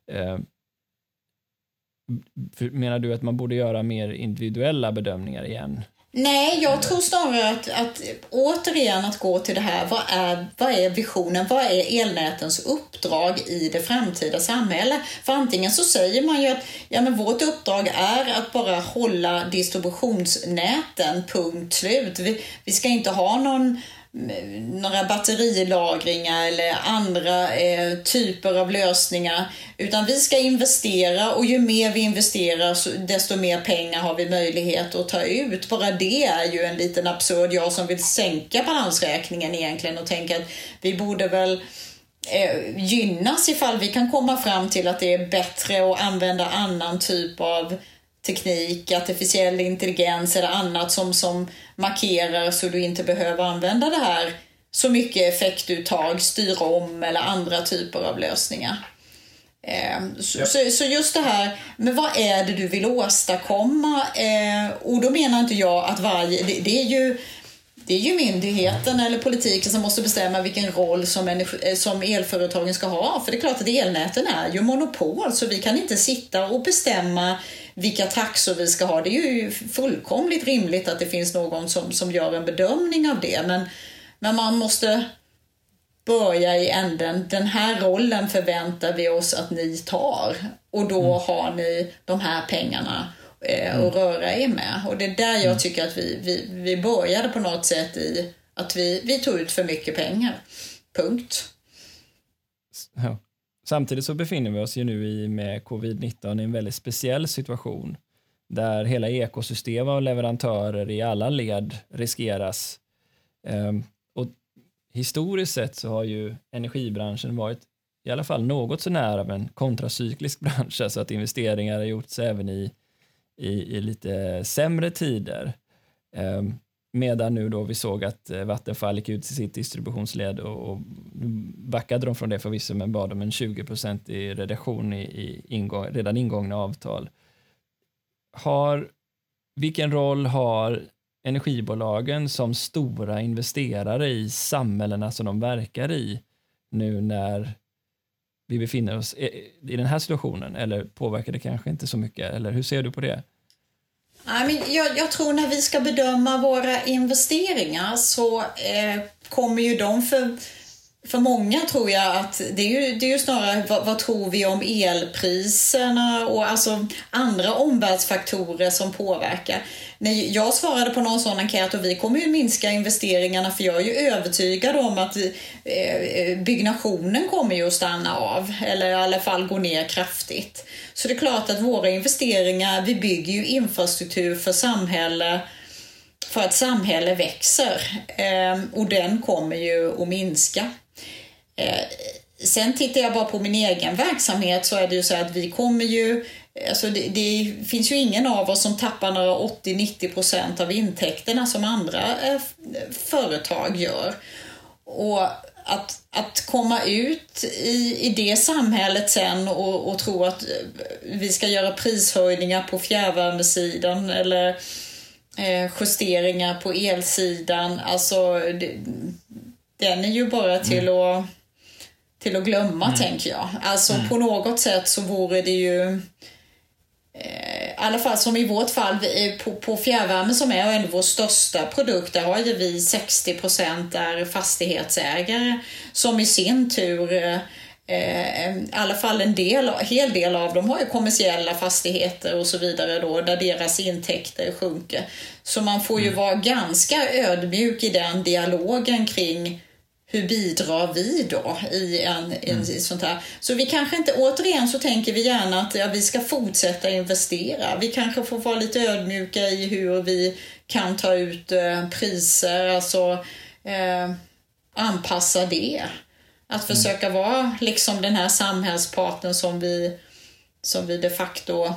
Menar du att man borde göra mer individuella bedömningar igen? Nej, jag tror snarare att återigen att gå till det här, vad är visionen, vad är elnätens uppdrag i det framtida samhället? För antingen så säger man ju att vårt uppdrag är att bara hålla distributionsnäten, punkt slut. Vi ska inte ha några batterilagringar eller andra typer av lösningar, utan vi ska investera, och ju mer vi investerar desto mer pengar har vi möjlighet att ta ut. Bara det är ju en liten absurd. Jag som vill sänka balansräkningen egentligen och tänka att vi borde väl gynnas ifall vi kan komma fram till att det är bättre att använda annan typ av teknik, artificiell intelligens eller annat som markerar så du inte behöver använda det här så mycket effektuttag, styra om eller andra typer av lösningar. Så just det här, men vad är det du vill åstadkomma? Och då menar inte jag att det är ju myndigheten eller politiken som måste bestämma vilken roll som elföretagen ska ha. För det är klart att elnäten är ju monopol, så vi kan inte sitta och bestämma vilka taxor vi ska ha. Det är ju fullkomligt rimligt att det finns någon som gör en bedömning av det. Men man måste börja i änden. Den här rollen förväntar vi oss att ni tar. Och då har ni de här pengarna att röra er med. Och det är där jag tycker att vi började på något sätt i att vi tog ut för mycket pengar. Punkt. Ja. Samtidigt så befinner vi oss ju nu med covid-19 i en väldigt speciell situation där hela ekosystem av leverantörer i alla led riskeras. Och historiskt sett så har ju energibranschen varit i alla fall något så nära av en kontracyklisk bransch, så att investeringar har gjorts även i lite sämre tider. Medan nu då vi såg att Vattenfall gick ut i sitt distributionsled och backade de från det förvisso, men bad om en 20% i reduktion i redan ingångna avtal. Vilken roll har energibolagen som stora investerare i samhällena som de verkar i nu när vi befinner oss i den här situationen? Eller påverkar det kanske inte så mycket? Eller hur ser du på det? Jag tror när vi ska bedöma våra investeringar så kommer ju de för många, tror jag, att det är ju snarare vad tror vi om elpriserna och alltså andra omvärldsfaktorer som påverkar. När jag svarade på någon sån enkät, och vi kommer ju minska investeringarna, för jag är ju övertygad om att byggnationen kommer ju att stanna av eller i alla fall gå ner kraftigt. Så det är klart att våra investeringar, vi bygger ju infrastruktur för att samhälle växer, och den kommer ju att minska. sen tittar jag bara på min egen verksamhet, så är det ju så att vi kommer ju, alltså det finns ju ingen av oss som tappar några 80-90% av intäkterna som andra företag gör. Och att komma ut i det samhället sen och tro att vi ska göra prishöjningar på fjärrvärmesidan eller justeringar på elsidan, alltså den är ju bara till att glömma, tänker jag. Alltså på något sätt så vore det ju i alla fall som i vårt fall på fjärrvärme, som är ändå vår största produkt, där har ju vi 60% är fastighetsägare som i sin tur i alla fall hel del av dem har ju kommersiella fastigheter och så vidare då, där deras intäkter sjunker. Så man får ju vara ganska ödmjuk i den dialogen kring hur bidrar vi då i sånt här. Så vi kanske inte, återigen så tänker vi gärna att vi ska fortsätta investera. Vi kanske får vara lite ödmjuka i hur vi kan ta ut priser, alltså anpassa det. Att försöka vara liksom den här samhällspartnern som vi de facto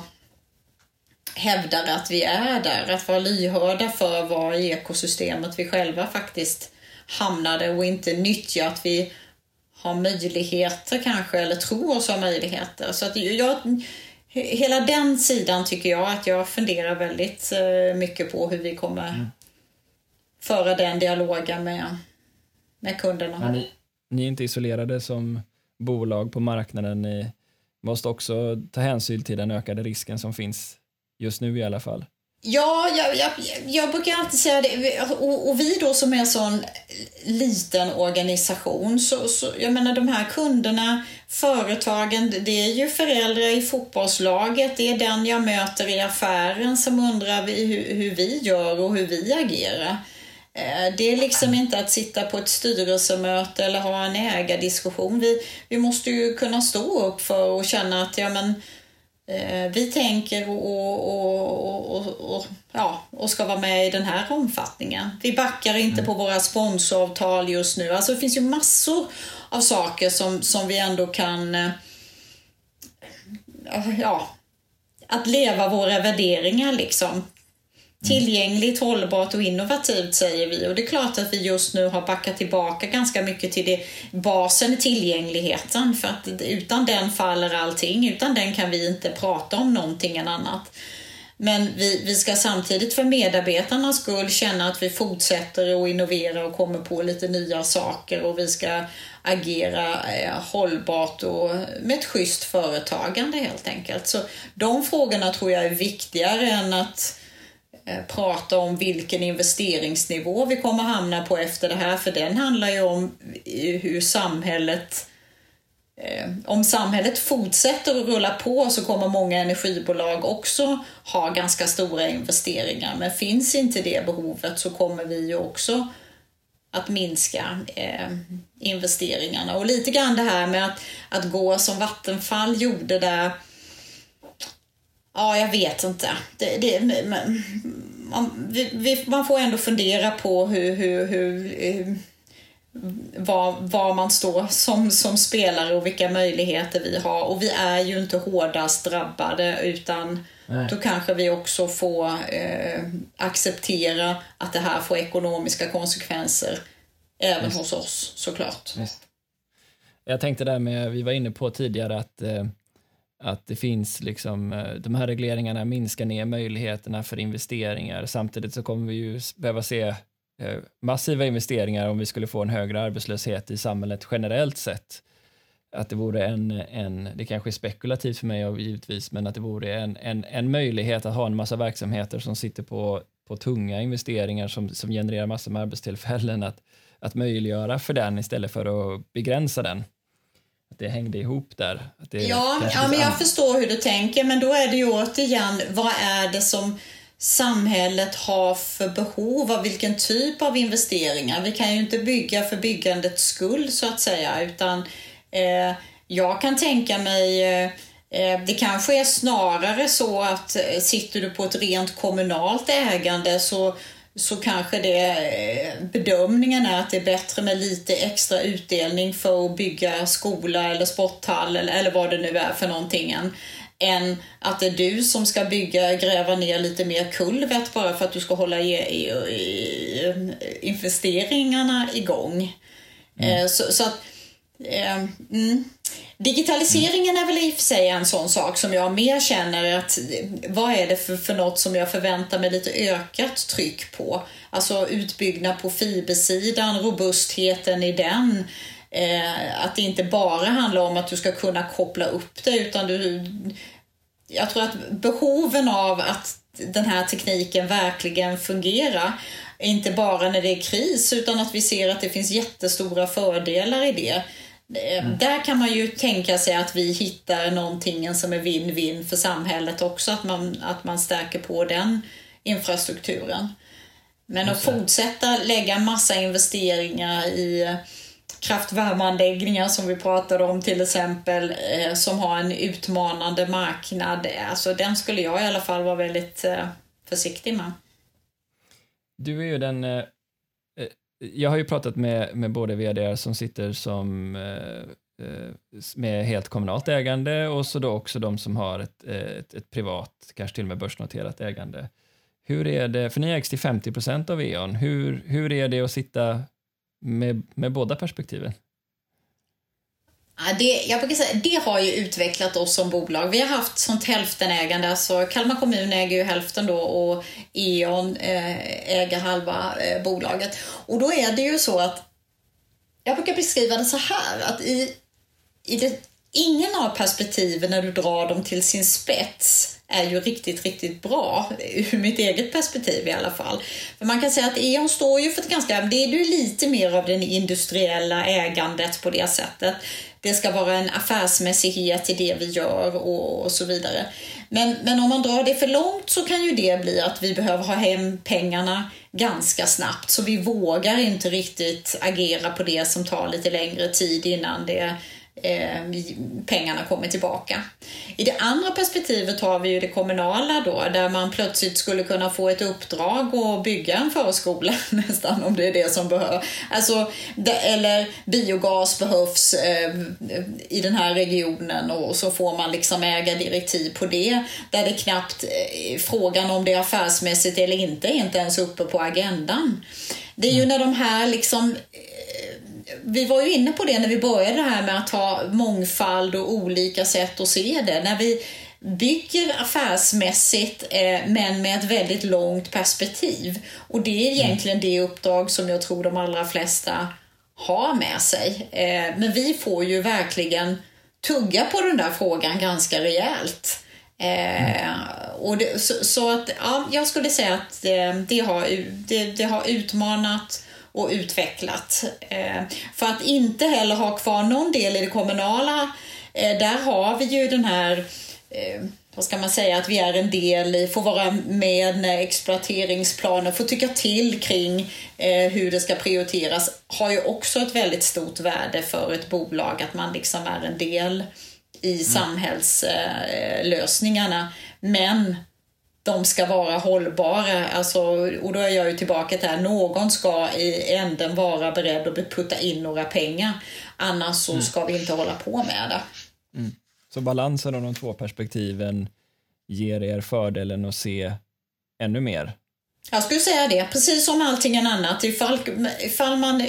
hävdar att vi är där. Att vara lyhörda för vad i ekosystemet vi själva faktiskt hamnade, och inte nyttja att vi har möjligheter kanske, eller tror oss ha möjligheter. Så att hela den sidan tycker jag att jag funderar väldigt mycket på hur vi kommer föra den dialogen med kunderna. Men ni är inte isolerade som bolag på marknaden. Ni måste också ta hänsyn till den ökade risken som finns just nu i alla fall. Ja, jag brukar alltid säga det. Och vi då som är en sån liten organisation, så jag menar, de här kunderna, företagen, det är ju föräldrar i fotbollslaget, det är den jag möter i affären som undrar hur vi gör och hur vi agerar. Det är liksom inte att sitta på ett styrelsemöte eller ha en ägardiskussion. Vi måste ju kunna stå upp för och känna att vi tänker och ska vara med i den här omfattningen. Vi backar inte på våra sponsoravtal just nu. Alltså det finns ju massor av saker som vi ändå kan att leva våra värderingar liksom. Tillgängligt, hållbart och innovativt, säger vi. Och det är klart att vi just nu har backat tillbaka ganska mycket till basen i tillgängligheten. För att utan den faller allting. Utan den kan vi inte prata om någonting annat. Men vi ska samtidigt för medarbetarnas skull känna att vi fortsätter att innovera och kommer på lite nya saker. Och vi ska agera hållbart och med ett schysst företagande helt enkelt. Så de frågorna tror jag är viktigare än att prata om vilken investeringsnivå vi kommer hamna på efter det här, för den handlar ju om hur samhället, om samhället fortsätter att rulla på, så kommer många energibolag också ha ganska stora investeringar, men finns inte det behovet så kommer vi ju också att minska investeringarna. Och lite grann det här med att gå som Vattenfall gjorde där. Ja, jag vet inte. Man får ändå fundera på var man står som spelare och vilka möjligheter vi har. Och vi är ju inte hårdast drabbade, utan då kanske vi också får acceptera att det här får ekonomiska konsekvenser även hos oss, såklart. Jag tänkte där med, vi var inne på tidigare att det finns liksom, de här regleringarna minskar ner möjligheterna för investeringar. Samtidigt så kommer vi ju behöva se massiva investeringar om vi skulle få en högre arbetslöshet i samhället generellt sett. Att det vore det kanske är spekulativt för mig givetvis, men att det vore en möjlighet att ha en massa verksamheter som sitter på tunga investeringar som genererar massor med arbetstillfällen, att möjliggöra för den istället för att begränsa den. Att det hängde ihop där. Att det men jag förstår hur du tänker, men då är det ju återigen, vad är det som samhället har för behov av vilken typ av investeringar? Vi kan ju inte bygga för byggandets skull så att säga, utan jag kan tänka mig det kanske är snarare så att sitter du på ett rent kommunalt ägande så kanske bedömningen är att det är bättre med lite extra utdelning för att bygga skola eller sporthall eller vad det nu är för någonting än att det är du som ska gräva ner lite mer kulvert bara för att du ska hålla investeringarna igång. Så att digitaliseringen är väl i och för sig en sån sak som jag mer känner att vad är det för något som jag förväntar mig lite ökat tryck på. Alltså utbyggnad på fibersidan, robustheten i den. Att det inte bara handlar om att du ska kunna koppla upp det utan jag tror att behoven av att den här tekniken verkligen fungerar inte bara när det är kris utan att vi ser att det finns jättestora fördelar i det. Där kan man ju tänka sig att vi hittar någonting som är win-win för samhället också, att man stärker på den infrastrukturen. Men att fortsätta lägga massa investeringar i kraftvärmeanläggningar som vi pratade om till exempel, som har en utmanande marknad, alltså den skulle jag i alla fall vara väldigt försiktig med. Du är ju den... Jag har ju pratat med både vd som sitter som med helt kommunalt ägande och så då också de som har ett privat, kanske till och med börsnoterat ägande. Hur är det, för ni ägs till 50% av E.ON, hur är det att sitta med båda perspektiven? Jag brukar säga, det har ju utvecklat oss som bolag. Vi har haft sånt hälftenägande, alltså Kalmar kommun äger ju hälften då och E.ON äger halva bolaget. Och då är det ju så att jag brukar beskriva det så här, att ingen av perspektiven när du drar dem till sin spets är ju riktigt, riktigt bra ur mitt eget perspektiv i alla fall. För man kan säga att E.ON står ju för det är ju lite mer av det industriella ägandet på det sättet. Det ska vara en affärsmässighet i det vi gör och så vidare. Men om man drar det för långt så kan ju det bli att vi behöver ha hem pengarna ganska snabbt. Så vi vågar inte riktigt agera på det som tar lite längre tid innan pengarna kommer tillbaka. I det andra perspektivet har vi ju det kommunala då, där man plötsligt skulle kunna få ett uppdrag och bygga en förskola nästan, om det är det som behövs. Alltså, eller biogas behövs i den här regionen och så får man liksom ägardirektiv på det, där det knappt frågan om det är affärsmässigt eller inte är inte ens uppe på agendan. Det är ju när de här liksom vi var ju inne på det när vi började det här med att ha mångfald och olika sätt att se det. När vi bygger affärsmässigt men med ett väldigt långt perspektiv. Och det är egentligen det uppdrag som jag tror de allra flesta har med sig. Men vi får ju verkligen tugga på den där frågan ganska rejält. Och så att ja, jag skulle säga att det har utmanat och utvecklat. För att inte heller ha kvar någon del i det kommunala, där har vi ju den här, vad ska man säga, att vi är en del, får vara med när exploateringsplaner, får tycka till kring hur det ska prioriteras, har ju också ett väldigt stort värde för ett bolag, att man liksom är en del i samhällslösningarna, men de ska vara hållbara, alltså, och då är jag ju tillbaka till här, någon ska i änden vara beredd att putta in några pengar, annars så ska vi inte hålla på med det. Så balansen av de två perspektiven ger er fördelen att se ännu mer? Jag skulle säga det, precis som allting annat, ifall man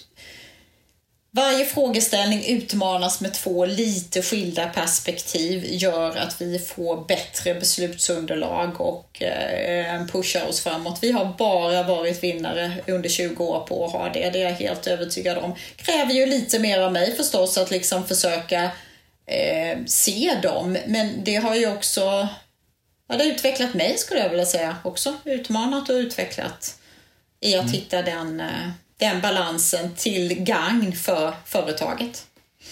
varje frågeställning utmanas med två lite skilda perspektiv, gör att vi får bättre beslutsunderlag och pushar oss framåt. Vi har bara varit vinnare under 20 år på att ha det är jag helt övertygad om. Kräver ju lite mer av mig förstås att liksom försöka se dem, men det har ju också det har utvecklat mig, skulle jag vilja säga, också utmanat och utvecklat i att hitta den balansen till gagn för företaget.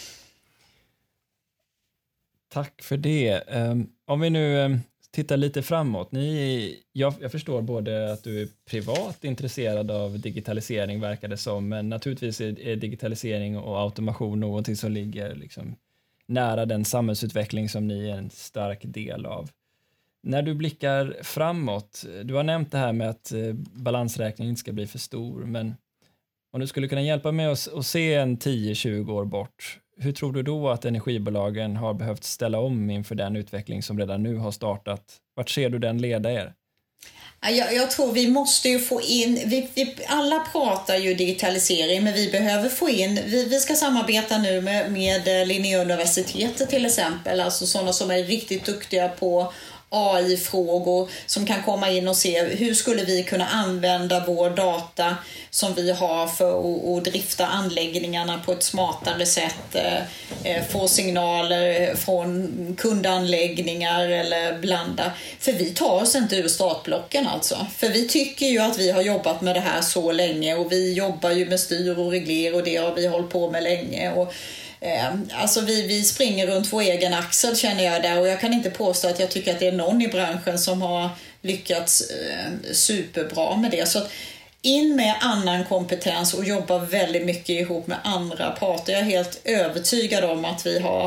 Tack för det. Om vi nu tittar lite framåt. Jag förstår både att du är privat intresserad av digitalisering, verkar det som, men naturligtvis är digitalisering och automation någonting som ligger liksom nära den samhällsutveckling som ni är en stark del av. När du blickar framåt, du har nämnt det här med att balansräkningen inte ska bli för stor, men om du skulle kunna hjälpa mig att se en 10-20 år bort, hur tror du då att energibolagen har behövt ställa om inför den utveckling som redan nu har startat? Vart ser du den leda er? Jag tror vi måste ju få in, vi alla pratar ju digitalisering, men vi behöver få in, vi ska samarbeta nu med Linnéuniversitetet till exempel, alltså sådana som är riktigt duktiga på AI-frågor, som kan komma in och se hur skulle vi kunna använda vår data som vi har för att drifta anläggningarna på ett smartare sätt, få signaler från kundanläggningar eller blanda. För vi tar oss inte ur startblocken alltså. För vi tycker ju att vi har jobbat med det här så länge, och vi jobbar ju med styr och regler, och det har vi hållit på med länge, och alltså vi springer runt vår egen axel, känner jag där, och jag kan inte påstå att jag tycker att det är någon i branschen som har lyckats superbra med det. Så att in med annan kompetens och jobba väldigt mycket ihop med andra parter. Jag är helt övertygad om att vi har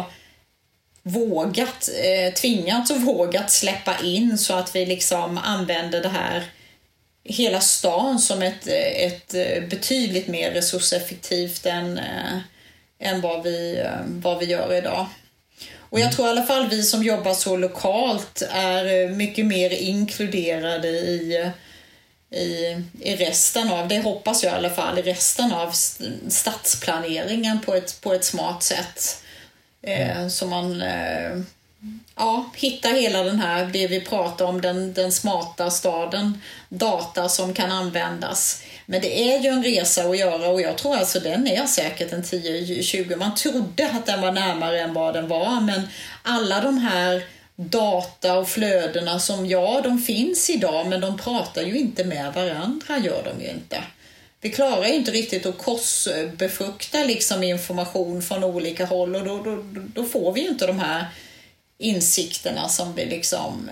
tvingats och vågat släppa in, så att vi liksom använder det här hela stan som ett betydligt mer resurseffektivt än vad vi gör idag. Och jag tror i alla fall vi som jobbar så lokalt är mycket mer inkluderade i resten av, det hoppas jag i alla fall, i resten av stadsplaneringen på ett smart sätt. Så man hittar hela den här, det vi pratar om, den smarta staden, data som kan användas. Men det är ju en resa att göra, och jag tror alltså den är säkert en 10-20. Man trodde att den var närmare än vad den var, men alla de här data och flödena som, de finns idag, men de pratar ju inte med varandra, gör de ju inte. Vi klarar ju inte riktigt att korsbefrukta liksom information från olika håll, och då får vi ju inte de här insikterna som vi liksom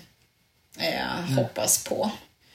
hoppas på.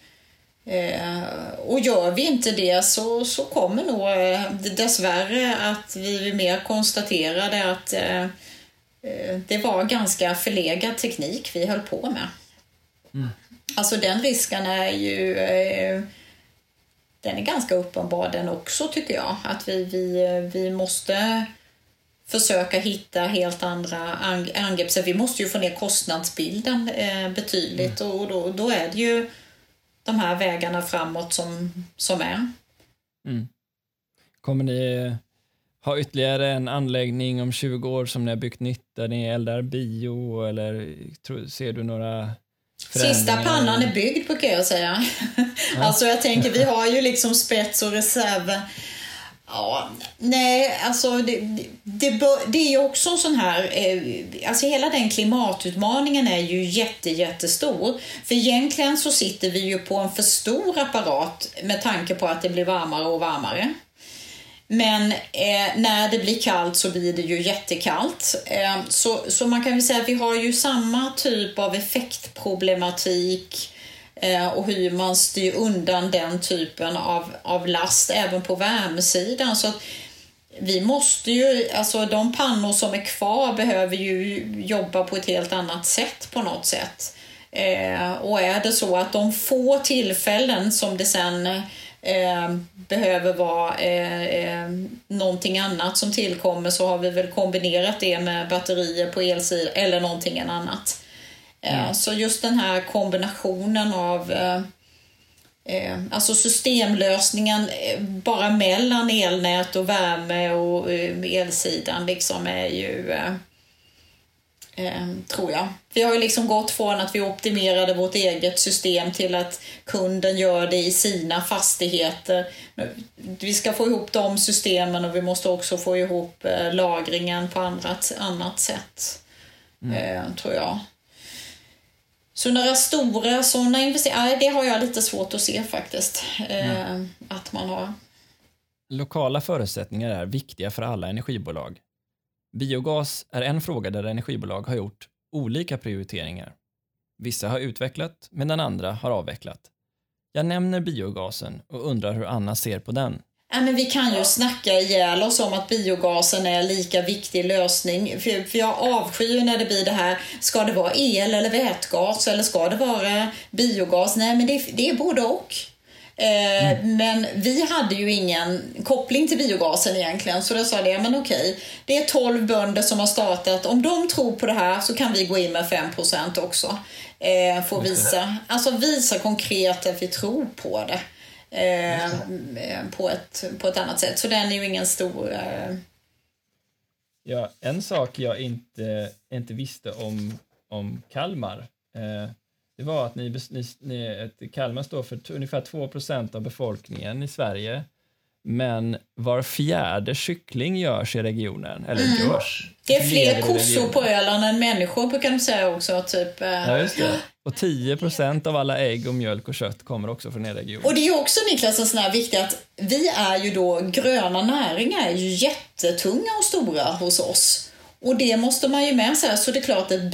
Och gör vi inte det så kommer nog dessvärre att vi mer konstaterade att det var ganska förlegad teknik vi höll på med. Alltså den risken är ju den är ganska uppenbar den också, tycker jag, att vi måste försöka hitta helt andra angreppssätt. Vi måste ju få ner kostnadsbilden betydligt, och då är det ju de här vägarna framåt som är. Kommer ni ha ytterligare en anläggning om 20 år som ni har byggt nytt där ni eldar bio, eller ser du några förändringar? Sista pannan är byggd, brukar jag säga. Alltså jag tänker, vi har ju liksom spets och reserv. Ja, nej, alltså det är ju också en sån här, alltså hela den klimatutmaningen är ju jättestor. För egentligen så sitter vi ju på en för stor apparat med tanke på att det blir varmare och varmare. Men när det blir kallt så blir det ju jättekallt. Så man kan väl säga att vi har ju samma typ av effektproblematik och hur man styr undan den typen av last även på värmesidan. Så att vi måste ju, alltså de pannor som är kvar behöver ju jobba på ett helt annat sätt på något sätt. Och är det så att de få tillfällen som det sen behöver vara någonting annat som tillkommer, så har vi väl kombinerat det med batterier på elsidan eller någonting annat. Så just den här kombinationen av alltså systemlösningen bara mellan elnät och värme och elsidan liksom är ju tror jag. Vi har ju liksom gått från att vi optimerade vårt eget system till att kunden gör det i sina fastigheter. Vi ska få ihop de systemen, och vi måste också få ihop lagringen på annat sätt, tror jag. Så några stora sådana investeringar, det har jag lite svårt att se faktiskt, att man har. Lokala förutsättningar är viktiga för alla energibolag. Biogas är en fråga där energibolag har gjort olika prioriteringar. Vissa har utvecklat, medan andra har avvecklat. Jag nämner biogasen och undrar hur Anna ser på den. men vi kan ju snacka ihjäl oss om att biogasen är en lika viktig lösning. För jag avskyr när det blir det här, ska det vara el eller vätgas eller ska det vara biogas? Nej, men det är både och. Men vi hade ju ingen koppling till biogasen egentligen, så då sa det, men okej, det är 12 bönder som har startat, om de tror på det här så kan vi gå in med 5% också, få visa konkret att vi tror på det på ett annat sätt, så den är ju ingen stor Ja, en sak jag inte visste om Kalmar, det var att Kalmar står för ungefär 2% av befolkningen i Sverige, men var fjärde kyckling görs i regionen. Eller görs. Det är fler kossor på Öland än människor, brukar de säga också. Typ. Ja, just det. Och 10% av alla ägg och mjölk och kött kommer också från den regionen. Och det är också, Niklas, en sån här viktigt att vi är ju då, gröna näringar är ju jättetunga och stora hos oss. Och det måste man ju med säga, så det är klart att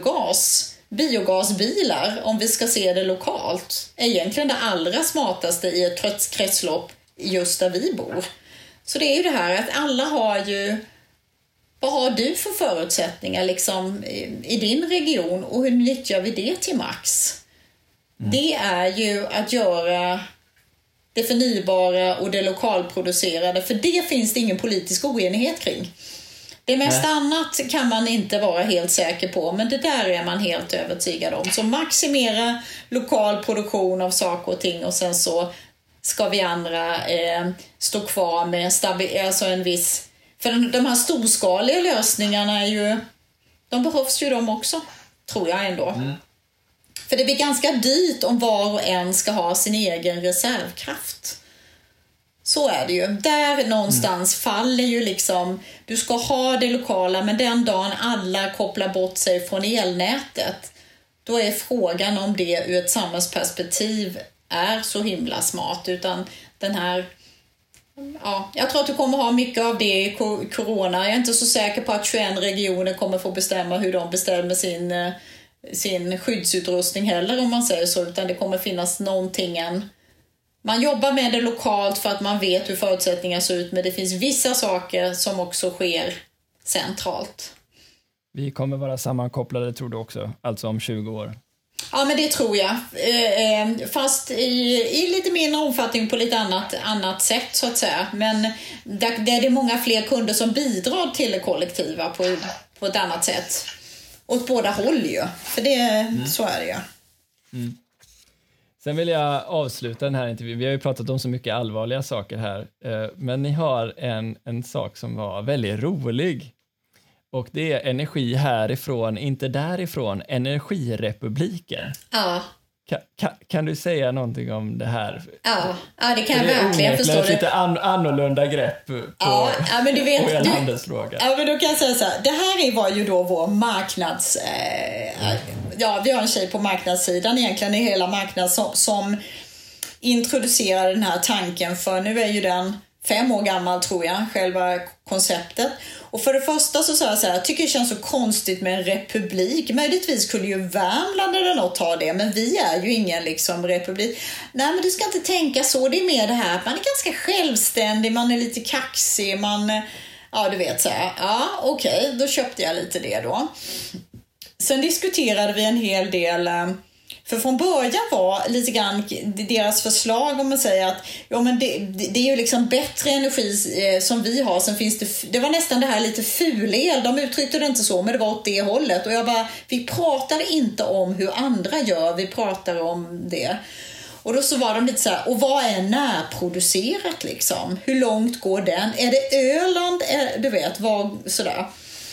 biogasbilar, om vi ska se det lokalt, är egentligen det allra smartaste i ett kretslopp just där vi bor. Så det är ju det här att alla har ju, vad har du för förutsättningar liksom i din region och hur nyttjar vi det till max? Det är ju att göra det förnybara och det lokalproducerade, för det finns det ingen politisk oenighet kring. Det mesta annat kan man inte vara helt säker på, men det där är man helt övertygad om. Så maximera lokal produktion av saker och ting, och sen så ska vi andra stå kvar med alltså en viss... För de här storskaliga lösningarna är ju... De behövs ju de också, tror jag ändå. För det blir ganska dyrt om var och en ska ha sin egen reservkraft. Så är det ju. Där någonstans faller ju liksom... Du ska ha det lokala, men den dagen alla kopplar bort sig från elnätet, då är frågan om det ur ett samhällsperspektiv är så himla smart. Utan den här... Ja, jag tror att du kommer ha mycket av det i corona. Jag är inte så säker på att 21 regioner kommer få bestämma hur de bestämmer sin skyddsutrustning heller, om man säger så. Utan det kommer finnas någonting man jobbar med det lokalt för att man vet hur förutsättningarna ser ut, men det finns vissa saker som också sker centralt. Vi kommer vara sammankopplade, tror du också, alltså om 20 år? Ja, men det tror jag. Fast i lite mindre omfattning på lite annat sätt, så att säga. Men där är det många fler kunder som bidrar till det kollektiva på ett annat sätt. Åt båda håll ju. För så är det ju. Sen vill jag avsluta den här intervjun. Vi har ju pratat om så mycket allvarliga saker här. Men ni har en sak som var väldigt rolig. Och det är energi härifrån, inte därifrån. Energirepubliken. Ja. Kan du säga någonting om det här? Ja, det kan jag verkligen förstå. Det är lite annorlunda grepp på men du vet, en handelsfråga. Ja, men då kan jag säga så här. Det här var ju då vår marknads... vi har en tjej på marknadssidan egentligen i hela marknaden som introducerade den här tanken, för nu är ju den 5 år gammal, tror jag, själva konceptet. Och för det första så sa jag så här, jag tycker det känns så konstigt med en republik. Möjligtvis skulle ju Värmland eller något ha det, men vi är ju ingen liksom republik. Nej, men du ska inte tänka så, det är mer det här att man är ganska självständig, man är lite kaxig, du vet så här. Ja, okej, då köpte jag lite det då. Sen diskuterade vi en hel del... För från början var lite grann deras förslag, om man säger att det är ju liksom bättre energi som vi har. Sen finns det var nästan det här lite fulel. De uttryckte det inte så, men det var åt det hållet. Och vi pratar inte om hur andra gör, vi pratar om det. Och då så var de lite så här, och vad är närproducerat liksom? Hur långt går den? Är det Öland? Du vet, sådär.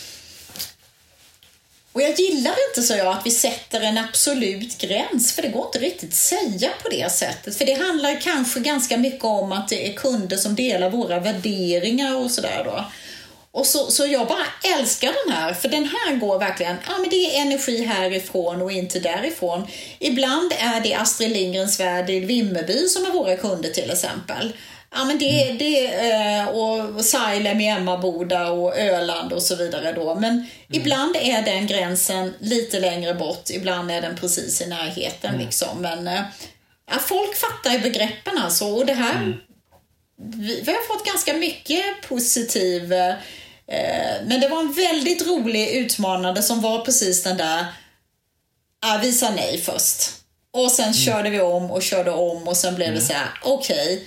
Och jag gillar inte, så att vi sätter en absolut gräns, för det går inte riktigt säga på det sättet. För det handlar kanske ganska mycket om att det är kunder som delar våra värderingar och sådär då. Och så jag bara älskar den här, för den här går verkligen, men det är energi härifrån och inte därifrån. Ibland är det Astrid Lindgrens Värld i Vimmerby som är våra kunder till exempel. Ja, men och Salem i Emmaboda och Öland och så vidare då. Men ibland är den gränsen lite längre bort, ibland är den precis i närheten liksom. Men folk fattar ju begreppen alltså, och det här vi har fått ganska mycket positiv, men det var en väldigt rolig utmanande som var precis den där, vi sa nej först. Och sen körde vi om och sen blev det så här, okej.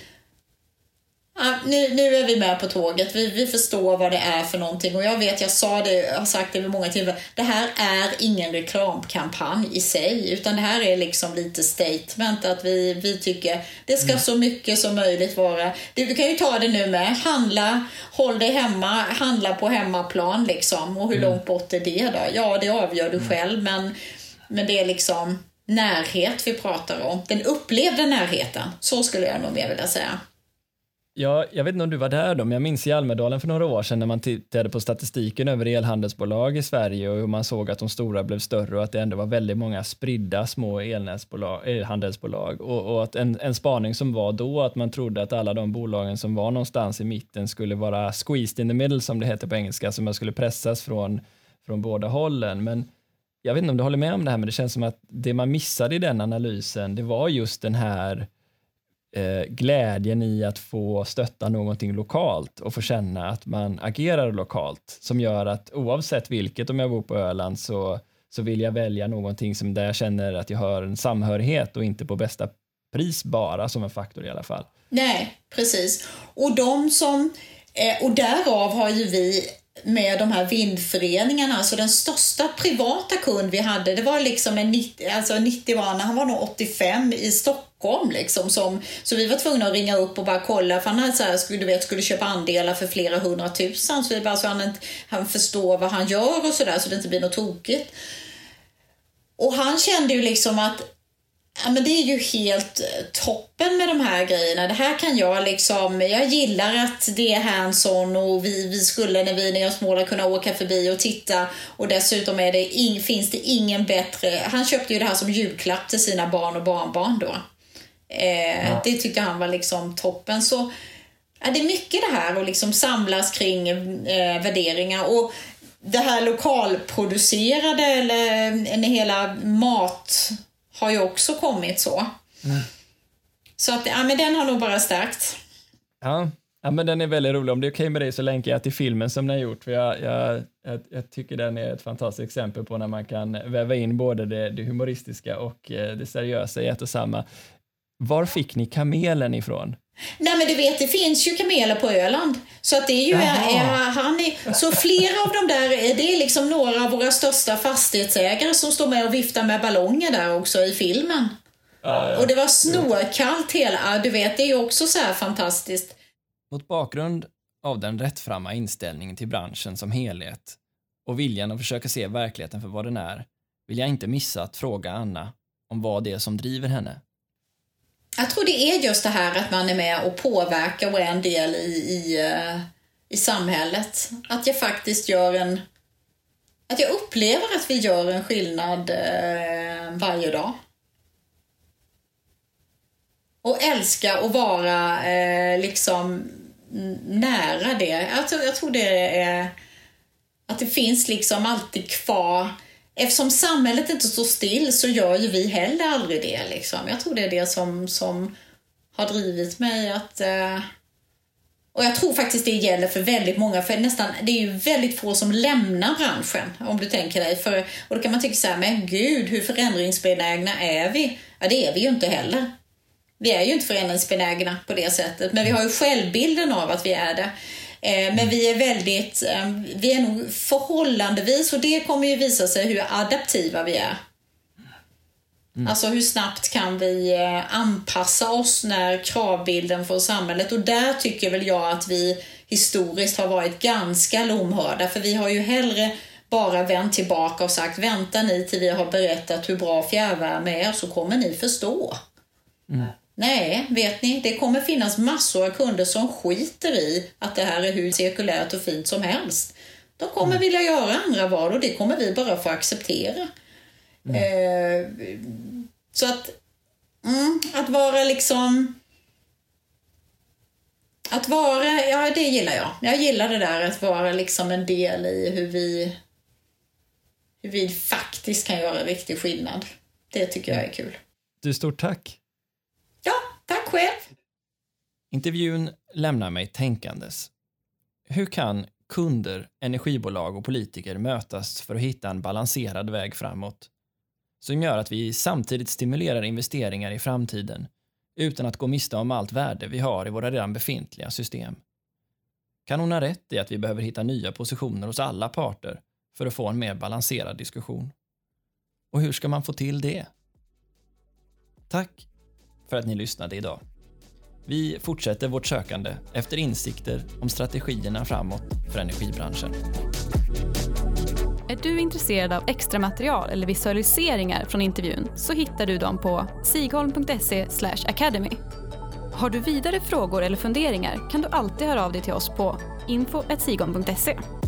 Nu är vi med på tåget. Vi förstår vad det är för någonting. Och jag vet, jag har sagt det vid många tillfällen. Det här är ingen reklamkampanj i sig. Utan det här är liksom lite statement. Att vi tycker det ska så mycket som möjligt vara. Du kan ju ta det nu med. Handla, håll dig hemma. Handla på hemmaplan liksom. Och hur långt bort är det då? Ja, det avgör du själv. Men det är liksom närhet vi pratar om. Den upplevda närheten. Så skulle jag nog mer vilja säga. Ja, jag vet inte om du var där då, men jag minns i Almedalen för några år sedan när man tittade på statistiken över elhandelsbolag i Sverige och hur man såg att de stora blev större och att det ändå var väldigt många spridda små elhandelsbolag och att en spaning som var då att man trodde att alla de bolagen som var någonstans i mitten skulle vara squeezed in the middle som det heter på engelska, som man skulle pressas från båda hållen. Men jag vet inte om du håller med om det här, men det känns som att det man missade i den analysen, det var just den här glädjen i att få stötta någonting lokalt och få känna att man agerar lokalt, som gör att oavsett vilket, om jag bor på Öland så vill jag välja någonting som där jag känner att jag har en samhörighet och inte på bästa pris bara som en faktor i alla fall. Nej, precis. Och och därav har ju vi med de här vindföreningarna, alltså den största privata kund vi hade, det var liksom 90 var han var nog 85 i Stockholm liksom, så vi var tvungna att ringa upp och bara kolla, för han hade så här, skulle köpa andelar för flera 100 000, så vi bara, så han förstår vad han gör och sådär, så det inte blir något tokigt. Och han kände ju liksom att men det är ju helt toppen med de här grejerna. Det här kan jag liksom, jag gillar att det är hands-on och vi skulle när jag och Småland kunna åka förbi och titta, och dessutom finns det ingen bättre. Han köpte ju det här som julklapp till sina barn och barnbarn då. Det tyckte han var liksom toppen. Så det är mycket det här att liksom samlas kring värderingar, och det här lokalproducerade eller en hela mat har ju också kommit så. Så att men den har nog bara stärkt. Ja, men den är väldigt rolig. Om det är okej med dig så länkar jag till filmen som ni har gjort. För jag tycker den är ett fantastiskt exempel på när man kan väva in både det humoristiska och det seriösa i ett och samma. Var fick ni kamelen ifrån? Nej, men du vet, det finns ju kameler på Öland. Så att det är ju så flera av de där, det är liksom några av våra största fastighetsägare som står med och viftar med ballonger där också i filmen. Och det var snorkallt hela, du vet, det är ju också så här fantastiskt. Mot bakgrund av den rättframma inställningen till branschen som helhet och viljan att försöka se verkligheten för vad den är, vill jag inte missa att fråga Anna om vad det är som driver henne. Jag tror det är just det här att man är med och påverkar och är en del i samhället. Att jag faktiskt att jag upplever att vi gör en skillnad varje dag. Och älska och vara liksom nära det. Jag tror det är att det finns liksom alltid kvar. Eftersom samhället inte står still så gör ju vi heller aldrig det. Liksom. Jag tror det är det som har drivit mig. Och jag tror faktiskt det gäller för väldigt många. För det är ju väldigt få som lämnar branschen, om du tänker dig. Och då kan man tycka så här, men gud, hur förändringsbenägna är vi? Ja, det är vi ju inte heller. Vi är ju inte förändringsbenägna på det sättet. Men vi har ju självbilden av att vi är det. Men vi är nog förhållandevis, och det kommer ju visa sig hur adaptiva vi är. Alltså hur snabbt kan vi anpassa oss när kravbilden från samhället, och där tycker väl jag att vi historiskt har varit ganska lomhörda, för vi har ju hellre bara vänt tillbaka och sagt, vänta ni till vi har berättat hur bra fjärrvärme är så kommer ni förstå. Nej, vet ni, det kommer finnas massor av kunder som skiter i att det här är hur cirkulärt och fint som helst. De kommer vilja göra andra val, och det kommer vi bara få acceptera. Så att vara liksom, ja, det gillar jag. Jag gillar det där att vara liksom en del i hur vi faktiskt kan göra riktig skillnad. Det tycker jag är kul. Du, stort tack. Ja, tack själv. Intervjun lämnar mig tänkandes. Hur kan kunder, energibolag och politiker mötas för att hitta en balanserad väg framåt som gör att vi samtidigt stimulerar investeringar i framtiden utan att gå miste om allt värde vi har i våra redan befintliga system? Kan hon ha rätt i att vi behöver hitta nya positioner hos alla parter för att få en mer balanserad diskussion? Och hur ska man få till det? Tack för att ni lyssnade idag. Vi fortsätter vårt sökande efter insikter om strategierna framåt för energibranschen. Är du intresserad av extra material eller visualiseringar från intervjun så hittar du dem på sigholm.se/academy. Har du vidare frågor eller funderingar kan du alltid höra av dig till oss på info@sigholm.se.